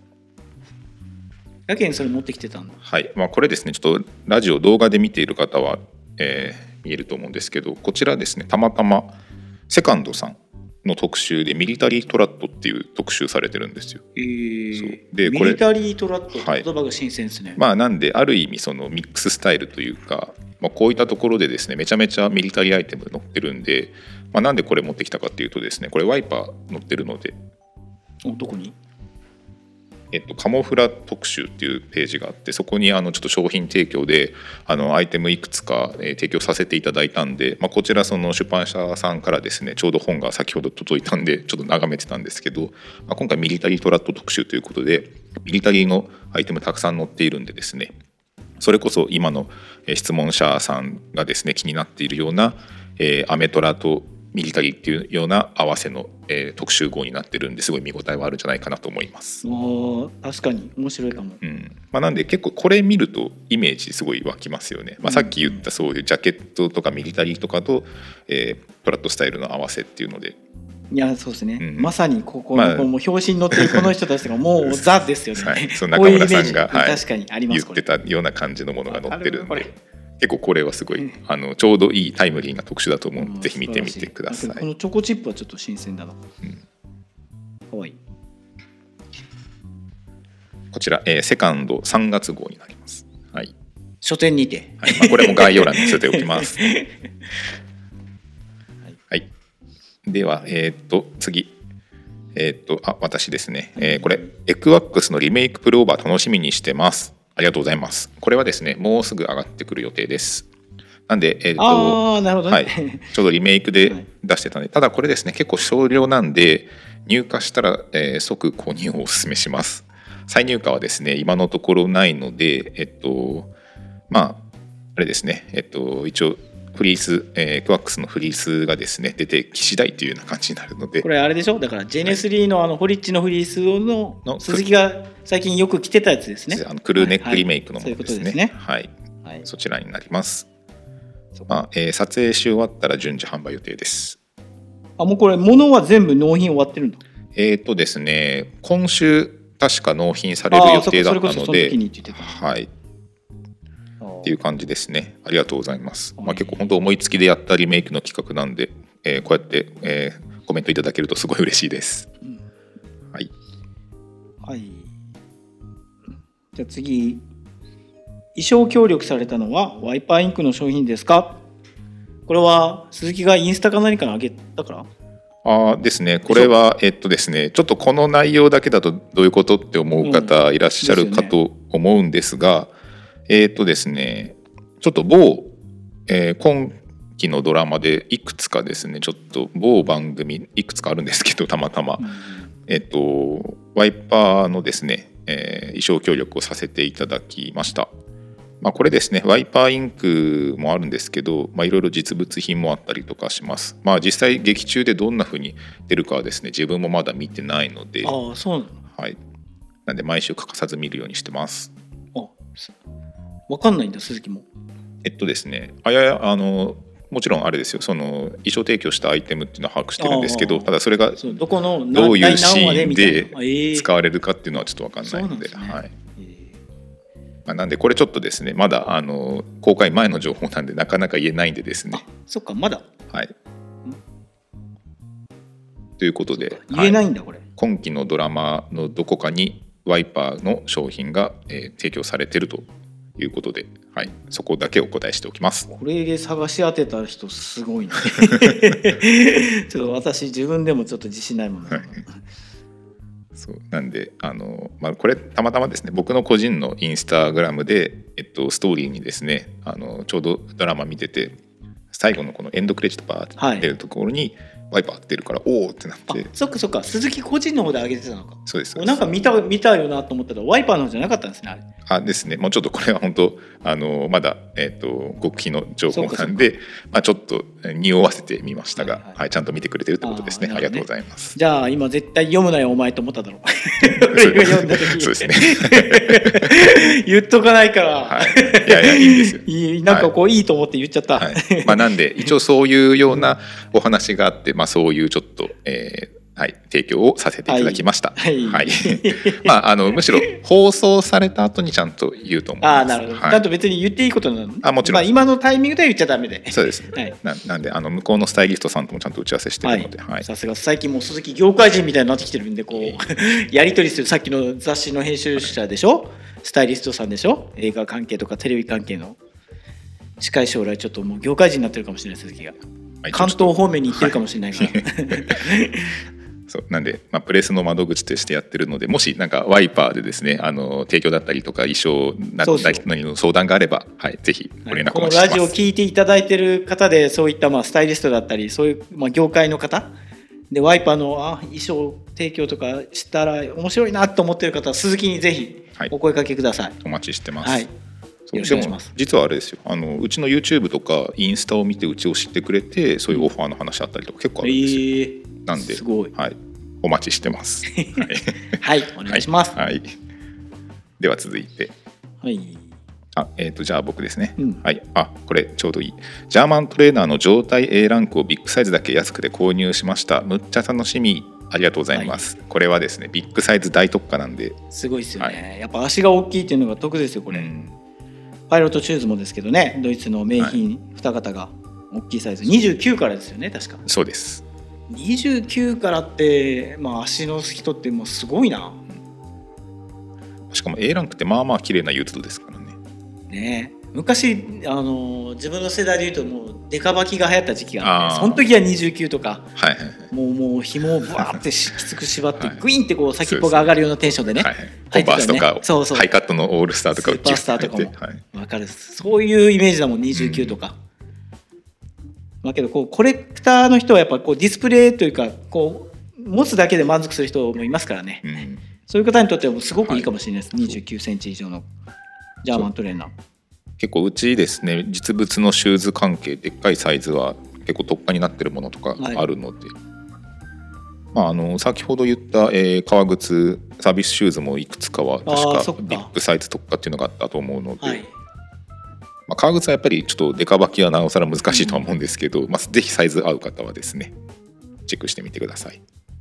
やけんそれ持ってきてたんだ。 はい、まあ、これですね、ちょっとラジオ動画で見ている方は、えー、見えると思うんですけど、こちらですね、たまたまセカンドさんの特集でミリタリートラットっていう特集されてるんですよ。 えー、 そうでこれミリタリートラットって言葉が新鮮ですね。はい、 まあ、なんである意味そのミックススタイルというか、まあ、こういったところでですねめちゃめちゃミリタリーアイテム載ってるんで、まあ、なんでこれ持ってきたかっていうとですね、これワイパー載ってるので、 おどこにえっと、カモフラ特集っていうページがあって、そこにあのちょっと商品提供であのアイテムいくつか、えー、提供させていただいたんで、まあ、こちらその出版社さんからですねちょうど本が先ほど届いたんでちょっと眺めてたんですけど、まあ、今回ミリタリートラット特集ということでミリタリーのアイテムたくさん載っているんでですね、それこそ今の質問者さんがですね気になっているような、えー、アメトラとミリタリーっていうような合わせの、えー、特集号になってるんですごい見応えはあるんじゃないかなと思います。 あ確かに面白いかも、 うんまあ、なんで結構これ見るとイメージすごい湧きますよね、まあ、さっき言ったそういうジャケットとかミリタリーとかと、えー、トラットスタイルの合わせっていうので、 いやそうですね、うん、まさにここの、 まあ、もう表紙に載ってるこの人たちがもうザですよね、 はい、その中村さんが、 はい、確かにあります、 言ってたような感じのものが載ってるんで、結構これはすごい、 うん、 あのちょうどいいタイムリーな特集だと思うので、うん、ぜひ見てみてください。 このチョコチップはちょっと新鮮だな、うん、かわいい。 こちら、えー、セカンドさんがつ号になります、はい、 書店にて、 はいまあ、これも概要欄に載せておきます、はいはい、では、えー、っと次えー、っとあ私ですね、えー、これエクワックスのリメイクプルオーバー楽しみにしてます。ありがとうございます。これはですねもうすぐ上がってくる予定です。なんで、えーとあなるほどね、 はい、ちょうどリメイクで出してたので、ただこれですね結構少量なんで入荷したら、えー、即購入をお勧めします。再入荷はですね今のところないので、えっとまああれですね、えっと一応フリース、えー、エクワックスのフリースがですね出てき次第というような感じになるので、 これあれでしょ、だから ジェネスリー のあのホリッチのフリースの鈴木が最近よく着てたやつですね。 あのクルーネックリメイクのものですね。 はいはい、そういうことですね。 はい、はい、そちらになります。まあえー、撮影し終わったら順次販売予定です。 あもうこれ物は全部納品終わってるんだ。 えっ、ー、とですね今週確か納品される予定だったので、はいっていう感じですね。ありがとうございます。まあ、結構本当思いつきでやったリメイクの企画なんで、えー、こうやって、えー、コメントいただけるとすごい嬉しいです。うん、はい。 はい。じゃあ次、衣装協力されたのはワイパーインクの商品ですか？これは鈴木がインスタか何かに上げたから？ あですね、これはえっとですねちょっとこの内容だけだとどういうことって思う方いらっしゃるかと思うんですが、うんえーとですね、ちょっと某、えー、今期のドラマでいくつかですねちょっと某番組いくつかあるんですけどたまたま、うん、えっとワイパーのですね、えー、衣装協力をさせていただきました。まあ、これですねワイパーインクもあるんですけど、まあ、いろいろ実物品もあったりとかします。まあ、実際劇中でどんな風に出るかはですね自分もまだ見てないので、 ああそうなの、 はい、なんで毎週欠かさず見るようにしてます。 あ分かんないんだ鈴木も。 えっとですねあややあのもちろんあれですよ、その衣装提供したアイテムっていうのは把握してるんですけど、ただそれがどこのどういうシーンで使われるかっていうのはちょっと分かんないので、はい。まあ、なんでこれちょっとですねまだあの公開前の情報なんでなかなか言えないんでですね。 あそっかまだ。 はい。ということで言えないんだ、はい、これ。 今期のドラマのどこかにワイパーの商品が、えー、提供されているということで、はい、そこだけお答えしておきます。 これで探し当てた人すごいねちょっと私自分でもちょっと自信ないもんね、はい、 そうなんであの、まあ、これたまたまですね僕の個人のインスタグラムで、えっと、ストーリーにですねあのちょうどドラマ見てて最後のこのエンドクレジットバーって出るところに、はいワイパーってるからおおってなって、 そっかそっか、鈴木個人の方で上げてたのか。 そうです。 なんか見た見たよなと思ったらワイパーの方じゃなかったんですね、あれ。 あですね、もうちょっとこれは本当あのまだ、えー、と極秘の情報なんで、まあ、ちょっと匂わせてみましたが、はいはいはい、ちゃんと見てくれてるってことですね。 あ, ねありがとうございます。 じゃあ今絶対読むなよお前と思っただろう読んだ時そうですね言っとかないから、 はい、いやいやいいんですよいいなんかこう、はい、いいと思って言っちゃった、 はい、まあ、なんで一応そういうようなお話があって、まあ、そういうちょっと、えーはい、提供をさせていただきました。はい、はい、まああのむしろ放送された後にちゃんと言うと思います。 あ、なるほど、はい、ちゃんと別に言っていいことなの。 あ、もちろん、 まあ、今のタイミングでは言っちゃダメで。 そうです、 はい、 な, なんであの向こうのスタイリストさんともちゃんと打ち合わせしてるので、はいはい、 さすが最近もう鈴木業界人みたいになってきてるんでこうやり取りする、さっきの雑誌の編集者でしょ、スタイリストさんでしょ、映画関係とかテレビ関係の近い将来ちょっともう業界人になってるかもしれない鈴木が、はい、関東方面に行ってるかもしれないから、はいそうなんで、まあ、プレスの窓口としてやってるので、もしなんかワイパーでですね、あの提供だったりとか衣装などの相談があれば、はい、ぜひご連絡お待ちしてます。 このラジオを聞いていただいてる方でそういったまあスタイリストだったりそういうまあ業界の方でワイパーのあ衣装提供とかしたら面白いなと思ってる方は鈴木にぜひお声かけください、はい、 お待ちしてます、 はい、よろしくお願いします。 実はあれですよ、あのうちの YouTube とかインスタを見てうちを知ってくれてそういうオファーの話あったりとか結構あるんですよ、えー、なんですごい、 はい、お待ちしてますはい、 はい、お願いします、 はいはい、では続いて、 はい、 あ、えーと、じゃあ僕ですね、 うん、 はい、あ、これちょうどいい。ジャーマントレーナーの状態 A ランクをビッグサイズだけ安くで購入しました。むっちゃ楽しみ、ありがとうございます、はい、これはですねビッグサイズ大特価なんですごいですよね、はい、やっぱ足が大きいっていうのが得ですよこれ、うん、パイロットシューズもですけどね、ドイツの名品二方が大きいサイズ、にじゅうきゅうからですよね確か。 そうです。 にじゅうきゅうからって、まあ、足の人ってもうすごいな、 うん、しかも A ランクってまあまあ綺麗なユーズドですからね。 ねえ、昔あの自分の世代でいうともうデカバキが流行った時期があって、その時はにじゅうきゅうとか、 はいはいはい、 もうもう紐をブワーってきつく縛ってグイーンってこう先っぽが上がるようなテンションでね、 はいはい、コンバースとかそうそうハイカットのオールスターとかスーパースターとかも分かる、はい、そういうイメージだもんにじゅうきゅうとか、うん、だけどこうコレクターの人はやっぱこうディスプレイというかこう持つだけで満足する人もいますからね、うん、そういう方にとってはすごくいいかもしれないです、はい、にじゅうきゅうセンチ以上のジャーマントレーナー。 結構うちですね実物のシューズ関係でっかいサイズは結構特価になってるものとかあるので、はい、まあ、あの先ほど言った、えー、革靴サービスシューズもいくつかは確かビッグサイズ特価っていうのがあったと思うので、はい、まあ、革靴はやっぱりちょっとデカバキはなおさら難しいとは思うんですけど、うん、まあ、ぜひサイズ合う方はですねチェックしてみてください。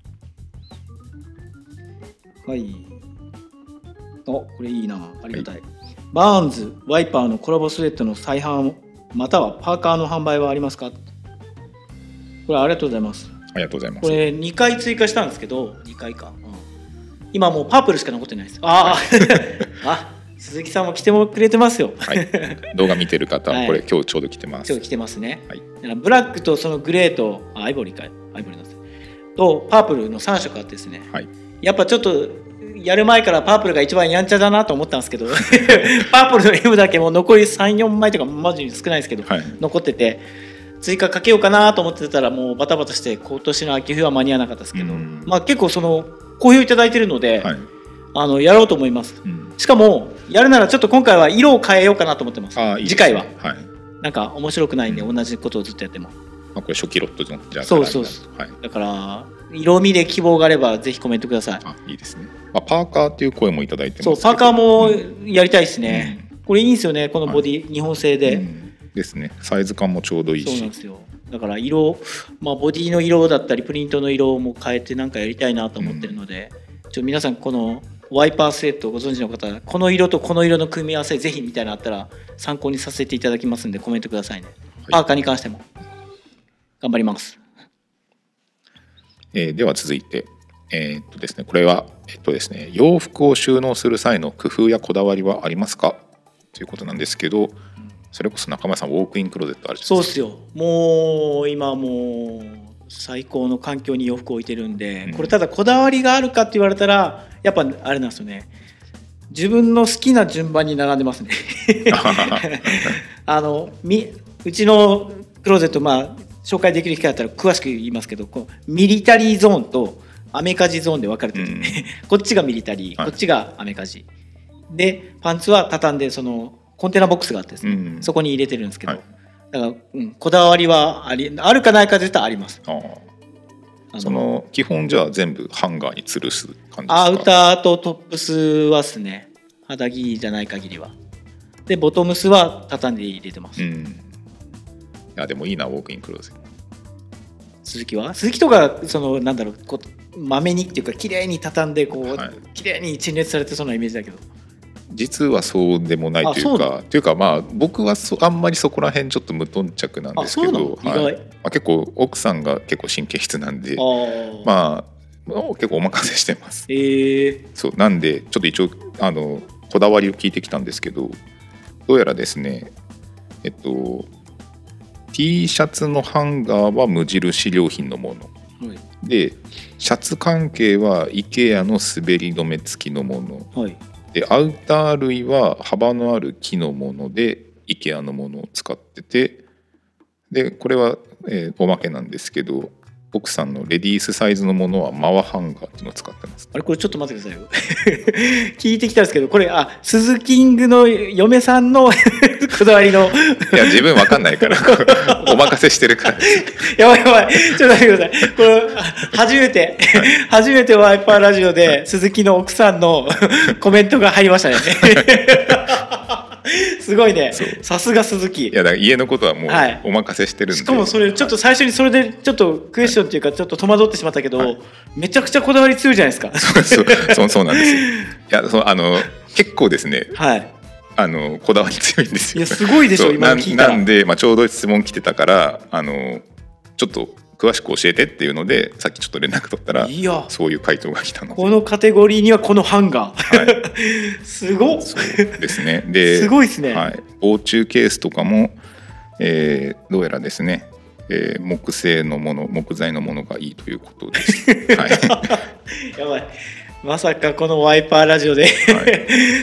はい、お、これいいな、ありがたい、はい、バーンズワイパーのコラボスウェットの再販またはパーカーの販売はありますか。これありがとうございます。 ありがとうございます。 これにかい追加したんですけどにかいか、うん、今もうパープルしか残ってないです。ああ鈴木さんも来てもくれてますよ、 はい、動画見てる方はこれ、はい、今日ちょうど来てます。 今日来てますね、はい、だからブラックとそのグレーとアイボリーかアイボリーなんですとパープルのさん色あってですね、はい、やっぱちょっとやる前からパープルが一番やんちゃだなと思ったんですけどパープルの エム だけもう残り さん,よん 枚とかマジ少ないですけど、はい、残ってて追加かけようかなと思ってたらもうバタバタして今年の秋冬は間に合わなかったですけど、まあ、結構その好評いただいてるので、はい、あのやろうと思います、うん、しかもやるならちょっと今回は色を変えようかなと思ってます。あ、いいですね、次回は、はい、なんか面白くないんで、うん、同じことをずっとやっても、 まあ、これ初期ロットじゃそうそうそう、はい、だから色味で希望があればぜひコメントください。 あ、いいですね、まあ、パーカーっていう声もいただいてますけど、 そうパーカーもやりたいですね、うん、これいいんですよねこのボディ、はい、日本製で、うん、 ですね、サイズ感もちょうどいいし。 そうなんですよ、だから色、まあ、ボディの色だったりプリントの色も変えてなんかやりたいなと思ってるので、うん、ちょ皆さんこのワイパースウェットご存知の方この色とこの色の組み合わせぜひみたいなのあったら参考にさせていただきますんでコメントくださいね、はい、パーカーに関しても頑張ります。 えー、では続いて、えーっとですね、これは、えっとですね、洋服を収納する際の工夫やこだわりはありますかということなんですけど、それこそ中村さんウォークインクローゼットあるじゃないですか。 そうですよ、もう今もう最高の環境に洋服を置いてるんで、うん、これただこだわりがあるかって言われたらやっぱあれなんですよね、自分の好きな順番に並んでますねあのみうちのクローゼット、まあ紹介できる機会あったら詳しく言いますけど、こうミリタリーゾーンとアメカジゾーンで分かれてる、うん、こっちがミリタリー、はい、こっちがアメカジで、パンツは畳んでそのコンテナボックスがあってですね、うん、そこに入れてるんですけど、はい、だから、うん、こだわりはありあるかないかで言ったらあります。ああその基本じゃあ全部ハンガーに吊るす感じですか？ アウターとトップスはですね、肌着じゃない限りは。でボトムスは畳んで入れてます。うん、いやでもいいな、ウォークインクローゼット。 鈴木は鈴木とかそのなんだろう、こうまめにっていうか綺麗に畳んでこう、はい、綺麗に陳列されてそうなイメージだけど、 実はそうでもないというか、というかまあ僕はそあんまりそこら辺ちょっと無頓着なんですけど、はい、まあ、結構奥さんが結構神経質なんで、あまあ結構お任せしてます。えー、そうなんでちょっと一応あのこだわりを聞いてきたんですけど、どうやらですね、えっと T シャツのハンガーは無印良品のもの、はい、でシャツ関係は IKEA の滑り止め付きのもの、はい、でアウター類は幅のある木のもので IKEA のものを使ってて、でこれは、えー、おまけなんですけど、奥さんのレディースサイズのものはマワハンガーっていうのを使ってます。 あれこれちょっと待ってくださいよ聞いてきたんですけど、これあスズキングの嫁さんのこだわりのいや自分わかんないからお任せしてるからやばいやばい、ちょっと待ってください。これ初めて、はい、初めてワイパーラジオで鈴木の奥さんのコメントが入りましたねすごいね、さすが鈴木。 いやだから家のことはもうお任せしてるんで、はい、しかもそれちょっと最初にそれでちょっとクエスチョンっていうかちょっと戸惑ってしまったけど、はい、めちゃくちゃこだわり強いじゃないですか。 そうそうそうそうなんですよ。いやそうあの結構ですね、はい、あのこだわり強いんですよ。 いやすごいでしょ今聞いたら。 なんで、まあ、ちょうど質問来てたからあのちょっと詳しく教えてっていうのでさっきちょっと連絡取ったら、いやそういう回答が来たので、 このカテゴリーにはこのハンガー、はい、すごっ。 そうですね。ですごいですね、 はい、防虫ケースとかも、えー、どうやらですね、えー、木製のもの木材のものがいいということです、はい、 やばい、まさかこのワイパーラジオで、はい、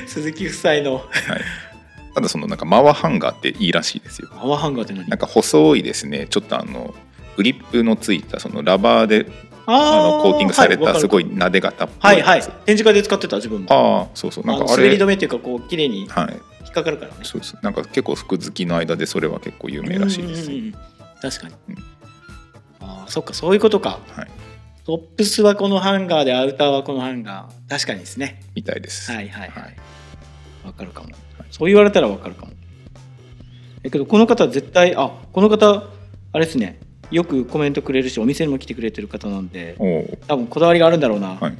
鈴木夫妻の、はい、 ただそのなんかマワハンガーっていいらしいですよ。 マワハンガーって何？ なんか細いですね、ちょっとあのグリップのついたそのラバーであのコーティングされたすごいなで型っぽいやつ、はいはい、 展示会で使ってた自分も。 ああそうそう、なんかあれ滑り止めっていうかこう綺麗に引っかかるからね、はい、 そうです。なんか結構服好きの間でそれは結構有名らしいです。うんうんうん、 確かに、うん、あそっかそういうことか、はい、トップスはこのハンガーでアウターはこのハンガー、確かにですねみたいです。 はいはいはい、はい、分かるかも、はい、そう言われたら分かるかも。えけどこの方絶対あこの方あれですね、よくコメントくれるしお店にも来てくれてる方なんで多分こだわりがあるんだろうな、はい、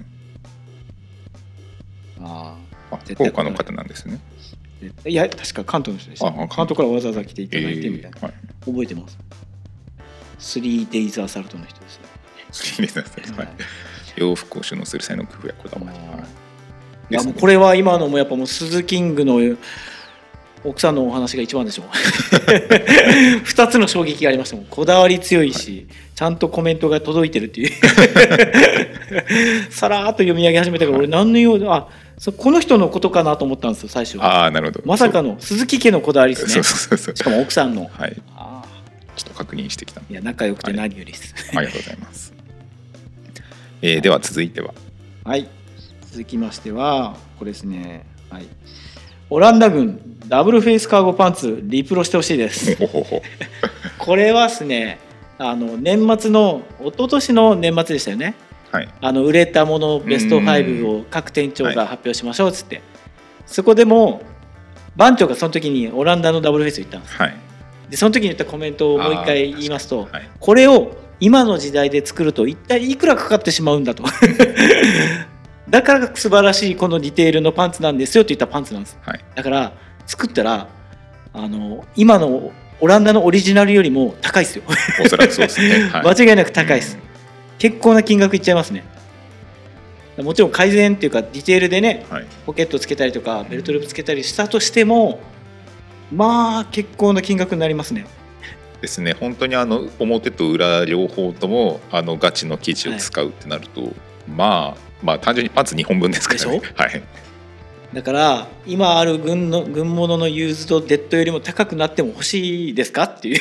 ああ福岡の方なんですね。 いや確か関東の人でした、ね、関東からわざわざ来ていただいてみたいな、えーはい、覚えてます。スリーデイズアサルトの人ですね。 スリーデイズアサルト、はい、洋服を収納する際の工夫やこだわり、はい、 いやもうこれは今のもやっぱもうスズキングの奥さんのお話が一番でしょうふたつの衝撃がありましたもん。こだわり強いし、はい、ちゃんとコメントが届いてるっていうさらーっと読み上げ始めたから、はい、俺何のようあそこの人のことかなと思ったんですよ最初。 あなるほど。 まさかの鈴木家のこだわりですね。 そうそうそう、 しかも奥さんの、 はい、あちょっと確認してきた。 いや仲良くて何よりです、 はい、ありがとうございます、えー、では続いてははい続きましてはこれですね、はい、オランダ軍ダブルフェイスカーゴパンツリプロしてほしいですこれはですねあの年末の一昨年の年末でしたよね、はい、あの売れたものベストファイブを各店長が発表しましょうっつって、はい、そこでも番長がその時にオランダのダブルフェイスを言ったんです、はい、でその時に言ったコメントをもう一回言いますと、はい、これを今の時代で作ると一体いくらかかってしまうんだとだから素晴らしいこのディテールのパンツなんですよって言ったパンツなんです、はい、だから作ったらあの今のオランダのオリジナルよりも高いですよおそらくそうですね、 はい、間違いなく高いです、うん、結構な金額いっちゃいますね。もちろん改善っていうかディテールでね、はい、ポケットつけたりとかベルトループつけたりしたとしてもまあ結構な金額になりますね。 ですね。本当にあの表と裏両方ともあのガチの生地を使うってなると、はい、まあまあ単純にパンツにほんぶんですからね。でしょ、はい、 だから今ある軍の軍物のユーズドデッドよりも高くなっても欲しいですかっていう、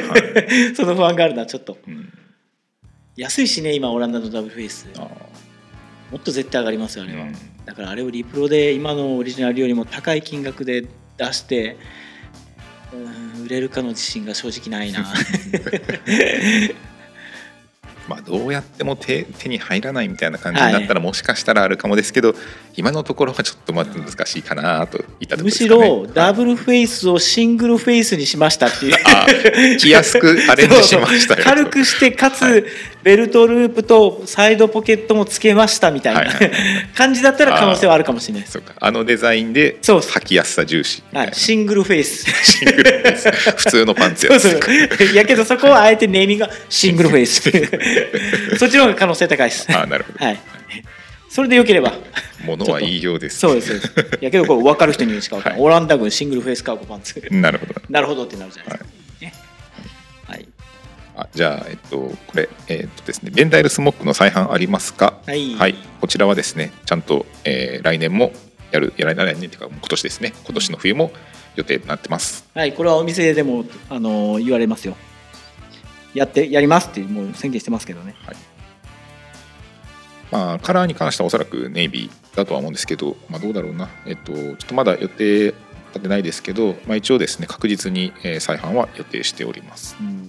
はい、その不安があるなちょっと、うん、安いしね今オランダのダブルフェイスもっと絶対上がりますよあれは、うん、だからあれをリプロで今のオリジナルよりも高い金額で出してうん売れるかの自信が正直ないなまあどうやっても 手, 手に入らないみたいな感じになったらもしかしたらあるかもですけど、はい、今のところはちょっとまず難しいかなといったところですかね。 むしろダブルフェイスをシングルフェイスにしましたっていう、 あ着やすくアレンジしましたよそうそう軽くしてかつ、はい、ベルトループとサイドポケットもつけましたみたいな、はいはい、感じだったら可能性はあるかもしれないです。 そうかあのデザインで履きやすさ重視みたいな、 はい、シングルフェイスシングルフェイス普通のパンツやつそうそうやけどそこはあえてネーミングがシングルフェイスそっちの方が可能性高いです。 あなるほど、はい、 それでよければ物は言いようです、 ね、そうですやけどこれ分かる人にしか分からない、はい、オランダ軍シングルフェイスカーゴパンツなるほどなるほどってなるじゃないですか、はいねはい、 あじゃあ、えっと、これ、えっとですね、ベンダイルスモックの再販ありますか、 はいはい、こちらはですねちゃんと、えー、来年もやるやらない来年というか今年ですね今年の冬も予定になってます。 はいこれはお店でも、あのー、言われますよやってやりますってもう宣言してますけどね、はいまあ、カラーに関してはおそらくネイビーだとは思うんですけど、まあ、どうだろうな、えっと、ちょっとまだ予定立てないですけど、まあ、一応ですね確実に再販は予定しております、うん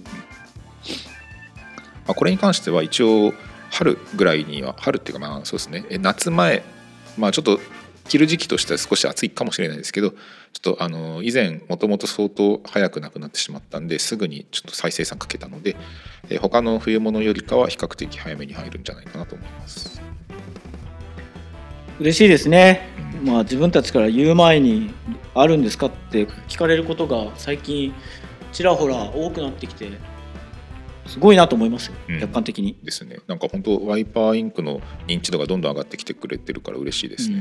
まあ、これに関しては一応春ぐらいには春っていうかまあそうですね夏前、まあ、ちょっと着る時期としては少し暑いかもしれないですけどちょっとあの以前もともと相当早くなくなってしまったんですぐにちょっと再生産かけたのでえ他の冬物よりかは比較的早めに入るんじゃないかなと思います。 嬉しいですね、うんまあ、自分たちから言う前にあるんですかって聞かれることが最近ちらほら多くなってきてすごいなと思いますよ、うん、客観的にですね。なんか本当ワイパーインクの認知度がどんどん上がってきてくれてるから嬉しいですね、うん、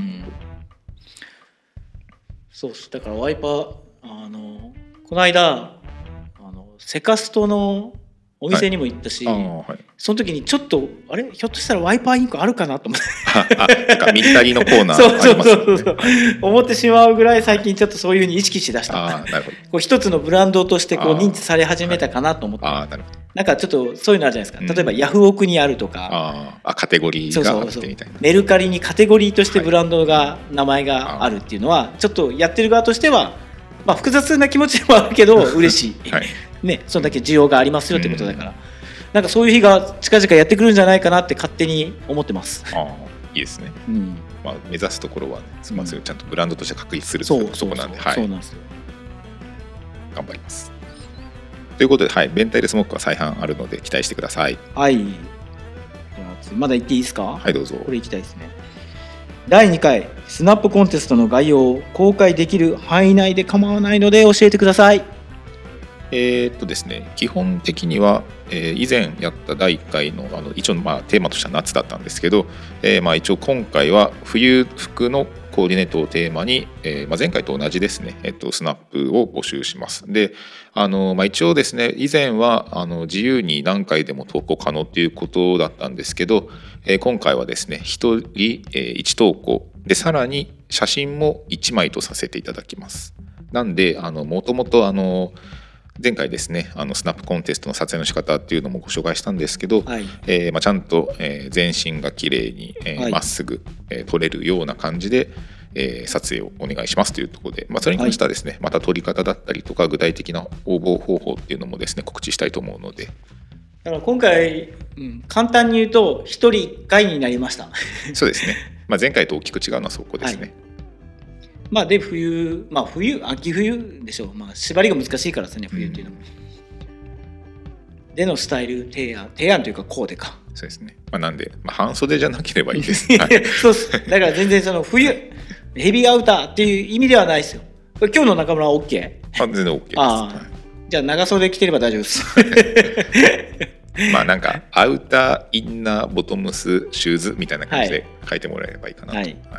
そうですだからワイパーあのこの間あのセカストのお店にも行ったし、はいはい、その時にちょっとあれひょっとしたらワイパーインクあるかなと思ってあなんかミリタリーのコーナーありますよねそうそうそうそう思ってしまうぐらい最近ちょっとそういう風に意識しだしたあなるほどこう一つのブランドとしてこう認知され始めたかなと思って、はい、あなるほどなんかちょっとそういうのあるじゃないですか、うん、例えばヤフオクにあるとかああカテゴリーがあってみたいなメルカリにカテゴリーとしてブランドが名前があるっていうのはちょっとやってる側としてはまあ複雑な気持ちもあるけど嬉しい、はいね、そんだけ需要がありますよってことだから、うん、なんかそういう日が近々やってくるんじゃないかなって勝手に思ってます。 ああいいですね、うんまあ、目指すところは、ねまあ、ちゃんとブランドとして確立するところなんで頑張ります。ということで、はい、ベンタイルスモックは再販あるので期待してください。 はい。まだ言っていいですか？ はいどうぞ。 これ行きたいですね。だいにかいスナップコンテストの概要を公開できる範囲内で構わないので教えてください。 えーっとですね、基本的には、えー、以前やっただいいっかい の, あの一応まあテーマとしては夏だったんですけど、えー、まあ一応今回は冬服のコーディネートをテーマに、えーまあ、前回と同じですね、えっと、スナップを募集します。であの、まあ、一応ですね以前はあの自由に何回でも投稿可能ということだったんですけど、えー、今回はですねひとり、えー、いち投稿でさらに写真もいちまいとさせていただきます。なんであのもともとあの前回ですねあのスナップコンテストの撮影の仕方っていうのもご紹介したんですけど、はいえーまあ、ちゃんと、えー、全身が綺麗にま、えーはい、っすぐ、えー、撮れるような感じで、えー、撮影をお願いしますというところで、まあ、それに関してはですね、はい、また撮り方だったりとか具体的な応募方法っていうのもですね告知したいと思うので、 だから今回、うん、簡単に言うとひとりいっかいになりましたそうですね、まあ、前回と大きく違うのはそこですね、はいまあ、で冬、まあ、冬秋冬でしょう、まあ、縛りが難しいからですね冬っていうのも、うん、でのスタイル提案提案というかコーデかそうですね、まあ、なんで、まあ、半袖じゃなければいいですそうっすだから全然その冬ヘビーアウターっていう意味ではないですよ。これ今日の中村は OK？ あ全然 OK です。 あじゃあ長袖着てれば大丈夫ですまあなんかアウターインナーボトムスシューズみたいな感じで書いてもらえればいいかなと、はいはい、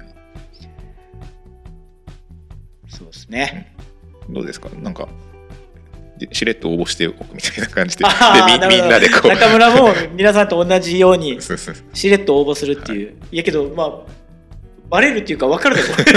そうですね、 うん、どうですかなんかしれっと応募しておくみたいな感じで、で み, みんなでこう中村も皆さんと同じようにしれっと応募するっていう、はい、いやけどまあバレるっていうか分かるだろ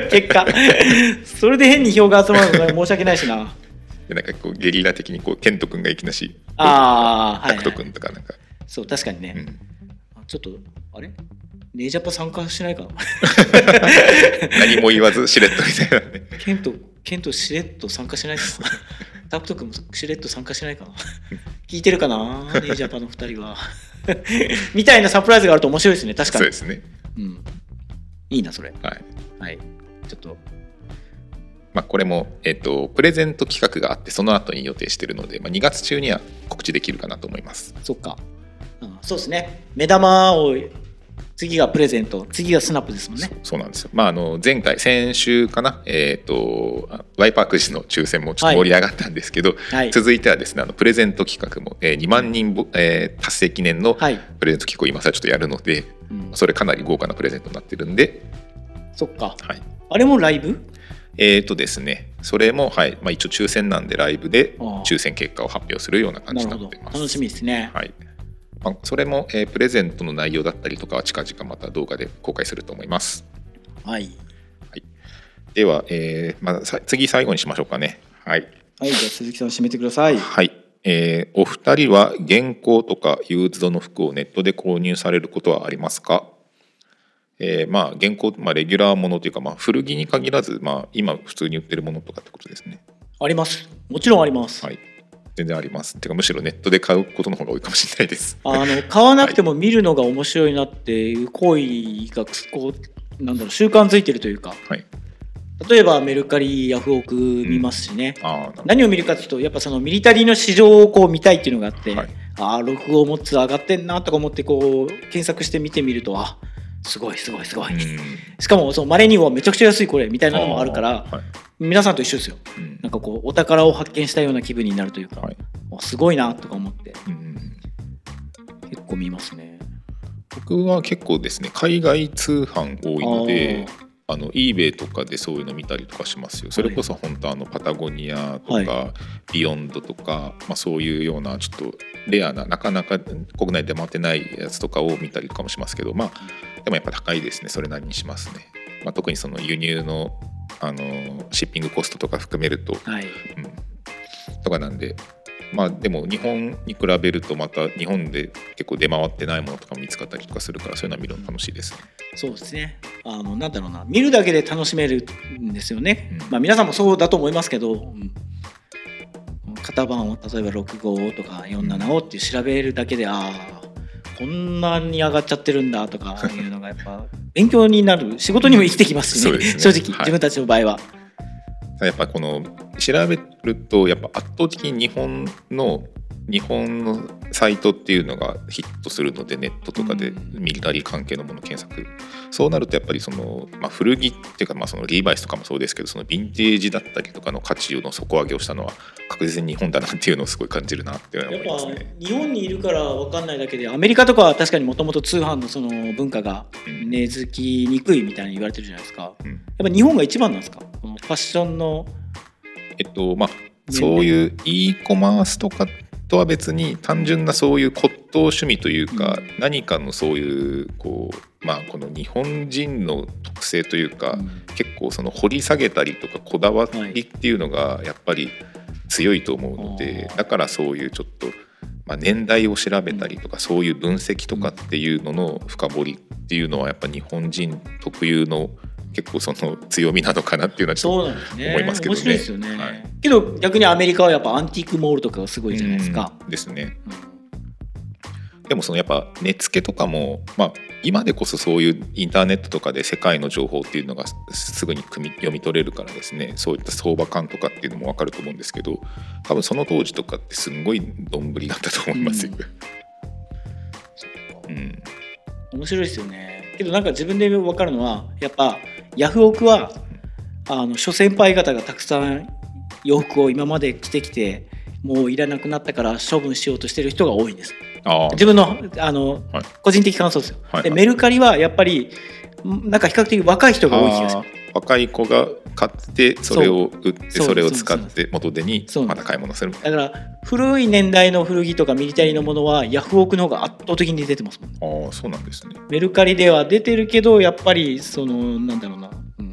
結果それで変に票が集まるの申し訳ないしな。 でなんかこうゲリラ的にこうケント君がいきなし、 ああ、 タクト君とかなんか、 そう確かにね、うん、ちょっとあれネイジャパ参加しないかな何も言わずしれっとみたいなね。 ケントケントしれっと参加しないかなタクト君もしれっと参加しないかな聞いてるかなネイジャパのふたりはみたいなサプライズがあると面白いですね。確かにそうですね、 うん、いいなそれ。 はい、 はい、ちょっとまあ、これも、えーと、プレゼント企画があってその後に予定しているので、まあ、にがつ中には告知できるかなと思います。 そっか、うん、そうですね。目玉を次がプレゼント、次がスナップですもんね。 そう、そうなんですよ。まあ、あの前回先週かな、えーと、ワイパーくじの抽選もちょっと盛り上がったんですけど、はい、続いてはですね、あのプレゼント企画も、えー、にまんにん、えー、達成記念のプレゼント企画を今さらちょっとやるので、うん、それかなり豪華なプレゼントになってるんで。 そっか、 はい、あれもライブ？ えーとですね、それも、はい、まあ、一応抽選なんでライブで抽選結果を発表するような感じになっています。 楽しみですね。 はい、まあ、それも、えー、プレゼントの内容だったりとかは近々また動画で公開すると思います。 はい、 はい、では、えーまあ、次最後にしましょうかね。はい、 はい、じゃあ鈴木さん締めてください。 はい、えー、お二人は原稿とかユーズドの服をネットで購入されることはありますか？えー、まあ現行、まあ、レギュラーものというか、まあ、古着に限らず、まあ、今普通に売ってるものとかってことですね。 あります。もちろんあります。 はい、全然あります。てかむしろネットで買うことの方が多いかもしれないです。 あの買わなくても見るのが面白いなっていう行為がこうなんだろう習慣づいてるというか、 はい、 例えばメルカリヤフオク見ますしね、 うん、あ何を見るかというとやっぱそのミリタリーの市場をこう見たいっていうのがあって、はい、あろくごうモッツ上がってんなとか思ってこう検索して見てみるとあすごいすごいすごい、うん、しかもその稀にはめちゃくちゃ安いこれみたいなのもあるから、はい、皆さんと一緒ですよ、うん、なんかこうお宝を発見したような気分になるというか、はい、すごいなとか思って、うん、結構見ますね。 僕は結構ですね海外通販多いのであの eBay とかでそういうの見たりとかしますよ。それこそ本当あのパタゴニアとか、はい、ビヨンドとか、まあ、そういうようなちょっとレアななかなか国内で回ってないやつとかを見たりとかもしますけど、まあでもやっぱ高いですね。それなりにしますね。まあ、特にその輸入の、あのシッピングコストとか含めると、はい、うん、とかなんで、まあでも日本に比べるとまた日本で結構出回ってないものとかも見つかったりとかするからそういうのは見るの楽しいですね。 そうですね。あのなんだろうな見るだけで楽しめるんですよね、うん、まあ皆さんもそうだと思いますけど、うん、型番を例えばろくごとかよんななごって調べるだけでああこんなに上がっちゃってるんだとかいうのがやっぱ勉強になる仕事にも生きてきますし ね, ね正直、はい、自分たちの場合はやっぱこの調べるとやっぱ圧倒的に日本の日本のサイトっていうのがヒットするのでネットとかでミリタリー関係のもの検索、そうなるとやっぱりその、まあ、古着っていうか、まあ、そのリーバイスとかもそうですけどそのヴィンテージだったりとかの価値の底上げをしたのは確実に日本だなっていうのをすごい感じるなって思いますね。 やっぱ日本にいるから分かんないだけでアメリカとかは確かにもともと通販のその文化が根付きにくいみたいに言われてるじゃないですか、うん、やっぱ日本が一番なんですかこのファッションのえっとまあそういう e コマースとかとは別に単純なそういう骨董趣味というか、うん、何かのそういうこうまあこの日本人の特性というか、うん、結構その掘り下げたりとかこだわりっていうのがやっぱり強いと思うので、はい、だからそういうちょっと、まあ、年代を調べたりとか、うん、そういう分析とかっていうのの深掘りっていうのはやっぱ日本人特有の結構その強みなのかなっていうのはちょっと思いますけどね。面白いですよね、はい、 けど逆にアメリカはやっぱアンティークモールとかがすごいじゃないですか。 ですね、うん、でもそのやっぱ値付けとかも、まあ、今でこそそういうインターネットとかで世界の情報っていうのがすぐに読み取れるからですねそういった相場感とかっていうのも分かると思うんですけど多分その当時とかってすんごいどんぶりだったと思いますよ、 うんうん、面白いですよね。けどなんか自分で分かるのはやっぱヤフオクはあの諸先輩方がたくさん洋服を今まで着てきてもういらなくなったから処分しようとしてる人が多いんです。あ自分 の, あの、はい、個人的感想ですよ、はいはい、でメルカリはやっぱりなんか比較的若い人が多い気がする。 若い子が買ってそれを売ってそれを使って元手にまた買い物するみたいな。 だから古い年代の古着とかミリタリーのものはヤフオクの方が圧倒的に出てますもんね。 ああそうなんですね。 メルカリでは出てるけどやっぱりそのなんだろうな、うん、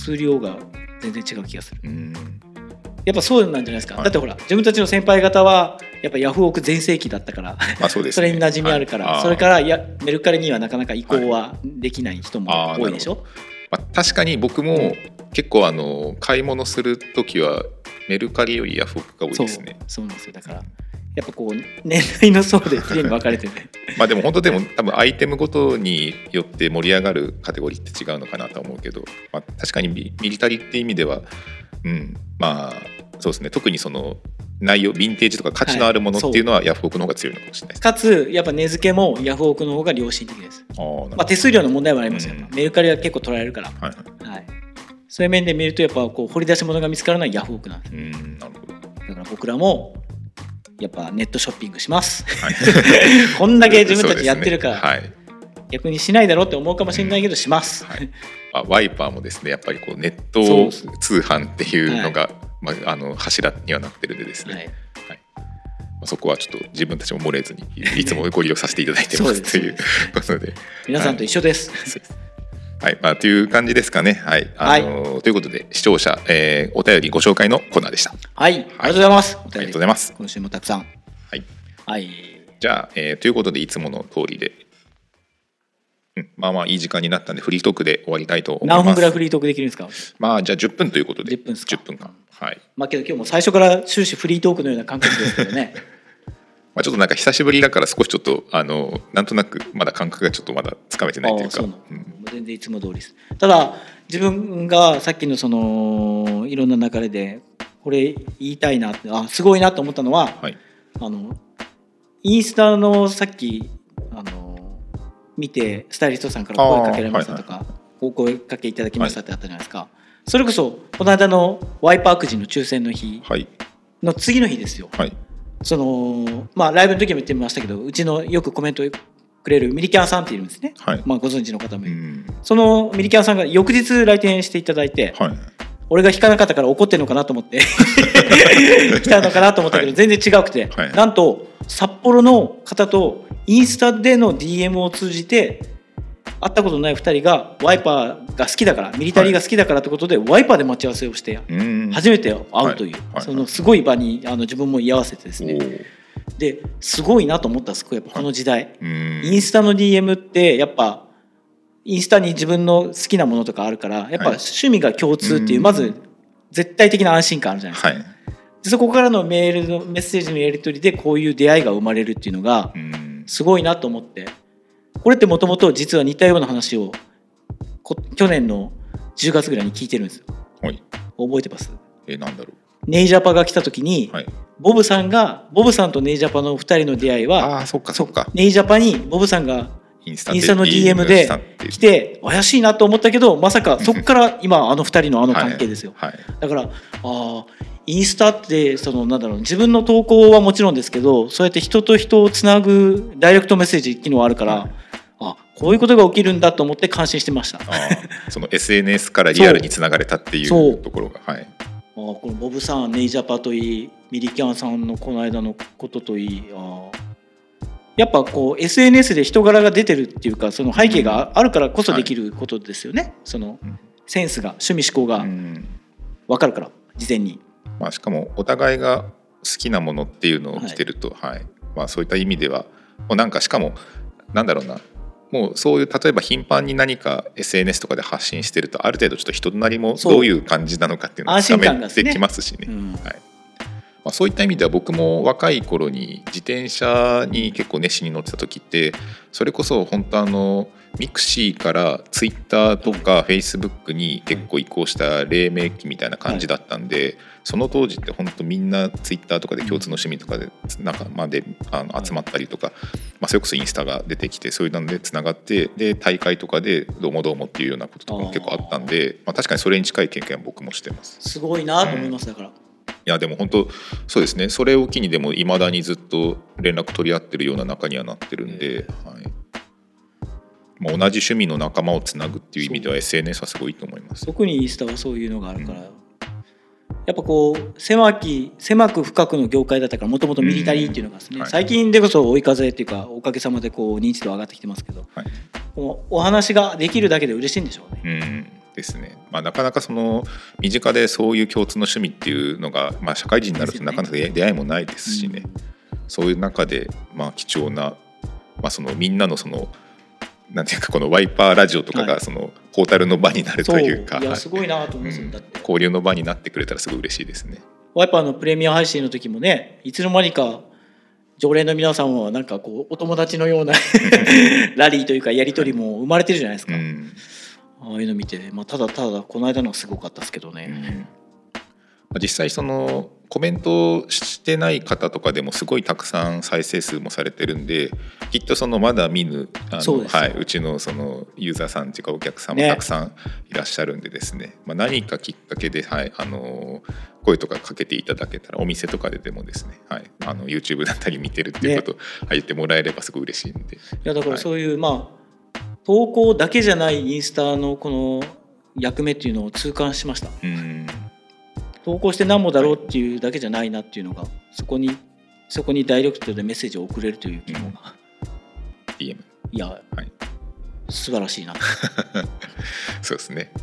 数量が全然違う気がする。 うんやっぱそうなんじゃないですか、はい、だってほら自分たちの先輩方はやっぱヤフオク全盛期だったから、 まあそうですね、 それに馴染みあるから、はい、それからやメルカリにはなかなか移行はできない人も多いでしょ、はい、 まあ、確かに僕も結構あの買い物するときはメルカリよりヤフオクが多いですね。 そう、そうなんですよ。だからやっぱこう年代の層できれいに分かれてねまあでも本当でも多分アイテムごとによって盛り上がるカテゴリーって違うのかなと思うけど、まあ、確かにミリタリって意味では、うん、まあそうですね、特にその内容ヴィンテージとか価値のあるものっていうのはヤフオクの方が強いのかもしれないです、 かつやっぱ値付けもヤフオクの方が良心的です。あ、まあ、手数料の問題はありますよ、うん、メルカリは結構取られるから、はいはいはい、そういう面で見るとやっぱこう掘り出し物が見つからないヤフオクなんです。うん、なるほど。だから僕らもやっぱネットショッピングします、はい、こんだけ自分たちやってるから、ね、はい、逆にしないだろうって思うかもしれないけど、うん、します、はい、 まあ、ワイパーもですねやっぱりこうネット通販っていうのが、はい、まあ、あの柱にはなってるんでですね、はいはい、まあ、そこはちょっと自分たちも漏れずにいつもご利用させていただいてますということで皆さんと一緒です、 はい、まあ、という感じですかね、はい、あのーはい、ということで視聴者、えー、お便りご紹介のコーナーでした。 はい、はい、ありがとうございます。 ありがとうございます。 今週もたくさん、 はいはい、じゃあ、えー、ということでいつもの通りで、うん、まあまあいい時間になったんでフリートークで終わりたいと思います。 何分ぐらいフリートークできるんですか？ まあじゃあじゅっぷんということでじゅっぷんですか？ じゅっぷんかん、はい、 まあけど今日も最初から終始フリートークのような感覚ですけどねまあちょっとなんか久しぶりだから少しちょっとあのなんとなくまだ感覚がちょっとまだつかめてないというか、そうなの、うん、 全然いつも通りです。ただ自分がさっきのそのいろんな流れでこれ言いたいなって、あ、すごいなと思ったのは、はい、あのインスタのさっきあの見てスタイリストさんから声かけられましたとか、はいはい、お声かけいただきましたってあったじゃないですか、はい、それこそこの間のワイパーくじの抽選の日の次の日ですよ、はい、そのまあライブの時も言ってましたけど、うちのよくコメントくれるミリキャンさんっているんですね、はい、まあ、ご存知の方もいる、うん、そのミリキャンさんが翌日来店していただいて、はい、俺が引かなかったから怒ってるのかなと思って来たのかなと思ったけど、はい、全然違くて、はい、なんと札幌の方とインスタでの ディーエム を通じて会ったことないふたりがワイパーが好きだからミリタリーが好きだからってことで、はい、ワイパーで待ち合わせをして初めて会うという、はい、そのすごい場にあの自分も居合わせてですね、ですごいなと思ったんです。やっぱこの時代、はい、インスタの ディーエム ってやっぱインスタに自分の好きなものとかあるからやっぱ趣味が共通っていう、まず絶対的な安心感あるじゃないですか、はい、でそこからのメールのメッセージのやり取りでこういう出会いが生まれるっていうのがすごいなと思って、これってもともと実は似たような話を去年のじゅうがつぐらいに聞いてるんですよ、はい、覚えてます？ え、なんだろう。 ネイジャパが来た時に、はい、ボブさんがボブさんとネイジャパのふたりの出会いは、 あ、そっかそっか、 ネイジャパにボブさんがインスタの ディーエム で来て怪しいなと思ったけど、まさかそこから今あのふたりのあの関係ですよ、はいはい、だからあインスタってそのなんだろう、自分の投稿はもちろんですけど、そうやって人と人をつなぐダイレクトメッセージ機能あるから、はい、あ、こういうことが起きるんだと思って感心してました。 あ、その エスエヌエス からリアルにつながれたっていうところが、はい、 あ、このボブさん、ネイジャパといい、ミリキャンさんのこの間のことといい、あ、やっぱこう エスエヌエス で人柄が出てるっていうか、その背景があるからこそできることですよね、はい、そのセンスが、趣味思考が分かるから事前に、 まあ、しかもお互いが好きなものっていうのを着てると、はいはい、まあ、そういった意味ではもうなんかしかもなんだろうな、もうそういう例えば頻繁に何か エスエヌエス とかで発信してるとある程度ちょっと人となりもどういう感じなのかっていうのがつかめてきますしね、うん、はい、まあ、そういった意味では僕も若い頃に自転車に結構熱心に乗ってた時ってそれこそ本当あのミクシーからツイッターとかフェイスブックに結構移行した黎明期みたいな感じだったんで、はい、その当時って本当みんなツイッターとかで共通の趣味とかで仲間であの集まったりとか、まあ、それこそインスタが出てきてそういうのでつながってで大会とかでどうもどうもっていうようなこととかも結構あったんで、まあ、確かにそれに近い経験は僕もしてます。 すごいなと思います、うん、だからいやでも本当そうですね、それを機にでもいまだにずっと連絡取り合ってるような仲にはなってるんで、はい、まあ、同じ趣味の仲間をつなぐっていう意味では エスエヌエス はすごいと思います。 特にインスタはそういうのがあるから、うん、やっぱこう狭き狭く深くの業界だったからもともとミリタリーっていうのがですね、うん、はい、最近でこそ追い風っていうかおかげさまでこう認知度上がってきてますけど、はい、このお話ができるだけで嬉しいんでしょうね、 ですね。まあ、なかなかその身近でそういう共通の趣味っていうのが、まあ、社会人になるとなかなか出会いもないですしね、うん、そういう中でまあ貴重な、まあ、そのみんなのそのなんていうかこのワイパーラジオとかがそのポータルの場になるというか、 はい、いやすごいなと思います、 うん、 だって交流の場になってくれたらすごい嬉しいですね。 ワイパーのプレミア配信の時もね、いつの間にか常連の皆さんはなんかこうお友達のようなラリーというかやり取りも生まれてるじゃないですか、うん、ああいうの見て、まあ、ただただこの間のはすごかったですけどね、 うん、実際そのコメントしてない方とかでもすごいたくさん再生数もされてるんで、きっとそのまだ見ぬあの、はい、うちのそのユーザーさんというかお客さんもたくさんいらっしゃるんでですね、まあ、何かきっかけで、はい、あの声とかかけていただけたらお店とかででもですね、はい、あの YouTube だったり見てるっていうことを言ってもらえればすごい嬉しいんで、いやだからそういう、はい、まあ投稿だけじゃないインスタのこの役目っていうのを痛感しました。うん、投稿して何もだろうっていうだけじゃないなっていうのが、そこにそこにダイレクトでメッセージを送れるという機能が、うん、ディーエムいや、はい、素晴らしいなそうですね。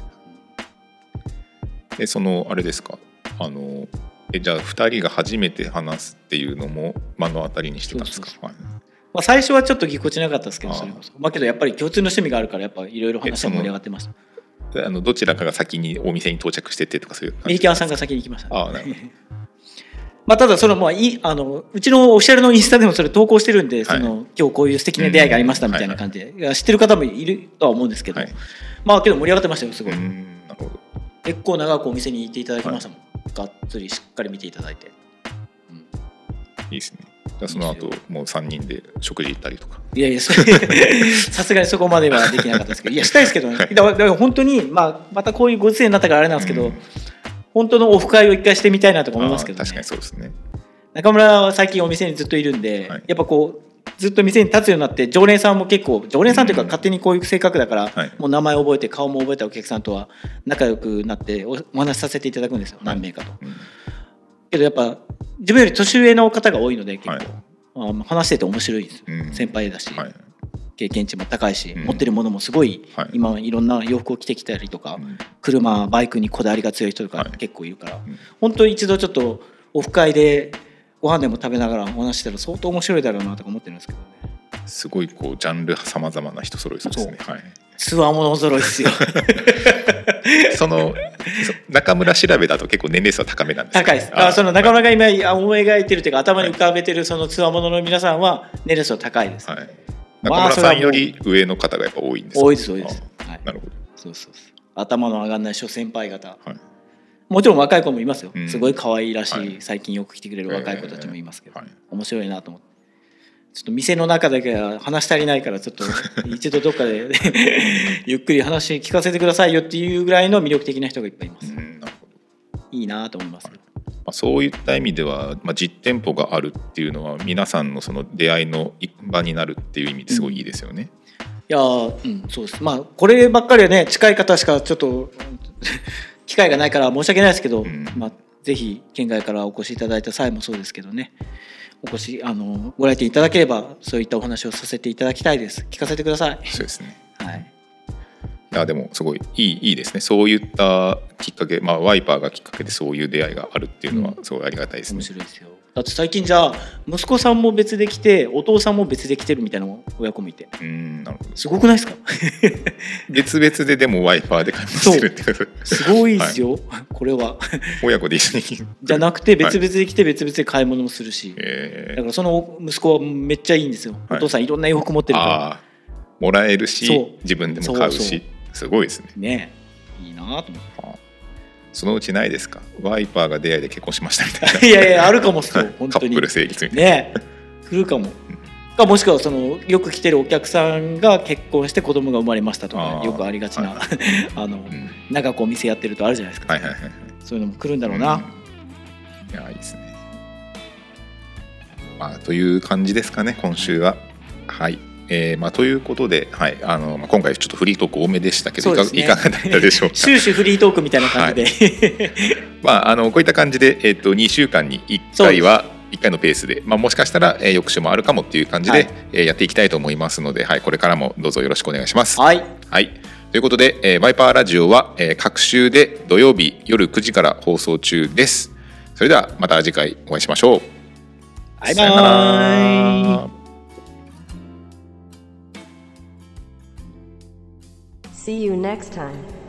でそのあれですか、あのえじゃあふたりが初めて話すっていうのも目の当たりにしてたんですか？そうそうそう、はい、まあ、最初はちょっとぎこちなかったですけど、それこそまあけどやっぱり共通の趣味があるからやっぱいろいろ話が盛り上がってました。 あのどちらかが先にお店に到着しててとかそういう感じですか？ メリキャンさんが先に来ました、ね、 ああなるほどまあただその、まあ、いあのうちのオフィシャルのインスタでもそれ投稿してるんで、はい、その今日こういう素敵な出会いがありましたみたいな感じで、うんはいはい、知ってる方もいるとは思うんですけど、はい、まあけど盛り上がってましたよすごい。うん、なるほど。結構長くお店に行っていただきましたもん、はい、がっつりしっかり見ていただいて、 うん、いいですね。じゃあその後もうさんにんで食事行ったりとか。 いやいやさすがにそこまではできなかったですけど、いやしたいですけどね、はい、だから本当に、まあ、またこういうご時世になったからあれなんですけど、うん、本当のオフ会を一回してみたいなとか思いますけどね。 確かにそうですね。 中村は最近お店にずっといるんで、はい、やっぱこうずっと店に立つようになって、常連さんも結構常連さんというか勝手にこういう性格だから、うんはい、もう名前覚えて顔も覚えたお客さんとは仲良くなってお話しさせていただくんですよ、はい、何名かと、うん、けどやっぱ自分より年上の方が多いので結構、はい、話してて面白いですよ、うん、先輩だし、はい、経験値も高いし、うん、持ってるものもすごい、はい、今いろんな洋服を着てきたりとか、うん、車バイクにこだわりが強い人とか結構いるから、はい、本当に一度ちょっとオフ会でご飯でも食べながらお話したら相当面白いだろうなとか思ってるんですけどね。 すごいこうジャンル様々な人揃いそうですね。はい、 つわもの揃いですよその中村調べだと結構年齢層は高めなんですか？ 高いです。ああその中村が今思い描いてるというか頭に浮かべてるそのつわものの皆さんは年齢層高いです、はい、 中村さんより上の方がやっぱ多いんですか？ 多いです多いです、はい、 なるほど。 そうそうそう、頭の上がんない諸先輩方、はい、もちろん若い子もいますよ、うん、すごい可愛らしい、はい、最近よく来てくれる若い子たちもいますけど、えーはい、面白いなと思って、ちょっと店の中だけは話足りないからちょっと一度どっかでゆっくり話聞かせてくださいよっていうぐらいの魅力的な人がいっぱいいます、うん、なるほど。いいなと思います、はい、 まあ、そういった意味では、まあ、実店舗があるっていうのは皆さんのその出会いの一場になるっていう意味ですごいいいですよね、 うん、いや、うん、そうです。まあこればっかりはね近い方しかちょっと機会がないから申し訳ないですけど、うん、まあ、ぜひ県外からお越しいただいた際もそうですけどね、お越しあのご来店いただければそういったお話をさせていただきたいです。聞かせてください。 そうですね、 はい、 いやでもすごいいい、いいですね。そういったきっかけ、まあ、ワイパーがきっかけでそういう出会いがあるっていうのはすごいありがたいですね、うん、面白いですよ。だって最近じゃあ息子さんも別で来てお父さんも別で来てるみたいな親子もいて、 うん、なるほど。 すごくないですか別々ででもワイパーで買い物してるってことすごいですよ、はい、これは親子で一緒にじゃなくて別々で来て別々で買い物もするし、はい、だからその息子はめっちゃいいんですよ、はい、お父さんいろんな洋服持ってるから、あ、 もらえるし自分でも買うし、そうそう、すごいですね。 ねえ、いいなと思って。 そのうちないですか、ワイパーが出会いで結婚しましたみたいな。 いやいやあるかもっすよ本当に。 カップル成立みたいなね、来るかも、うん、かもしくはそのよく来てるお客さんが結婚して子供が生まれましたとか、よくありがちな、はい、あの、うん、長くお店やってるとあるじゃないですか、はいはいはいはい、そういうのも来るんだろうな、うん、 いやいいですね。まあという感じですかね今週は。はい、えーまあ、ということで、はい、あのまあ、今回ちょっとフリートーク多めでしたけど、ね、いかがだったでしょうか。 終始フリートークみたいな感じで、はい、 まあ、あのこういった感じで、えー、とにしゅうかんにいっかいはいっかいのペースで、まあ、もしかしたら、えー、翌週もあるかもっていう感じで、はい、えー、やっていきたいと思いますので、はい、これからもどうぞよろしくお願いします。 はい、 はい、 ということで、えー、ワイパーラジオは、えー、各週で土曜日夜くじから放送中です。それではまた次回お会いしましょう。 バイバイ。 See you next time.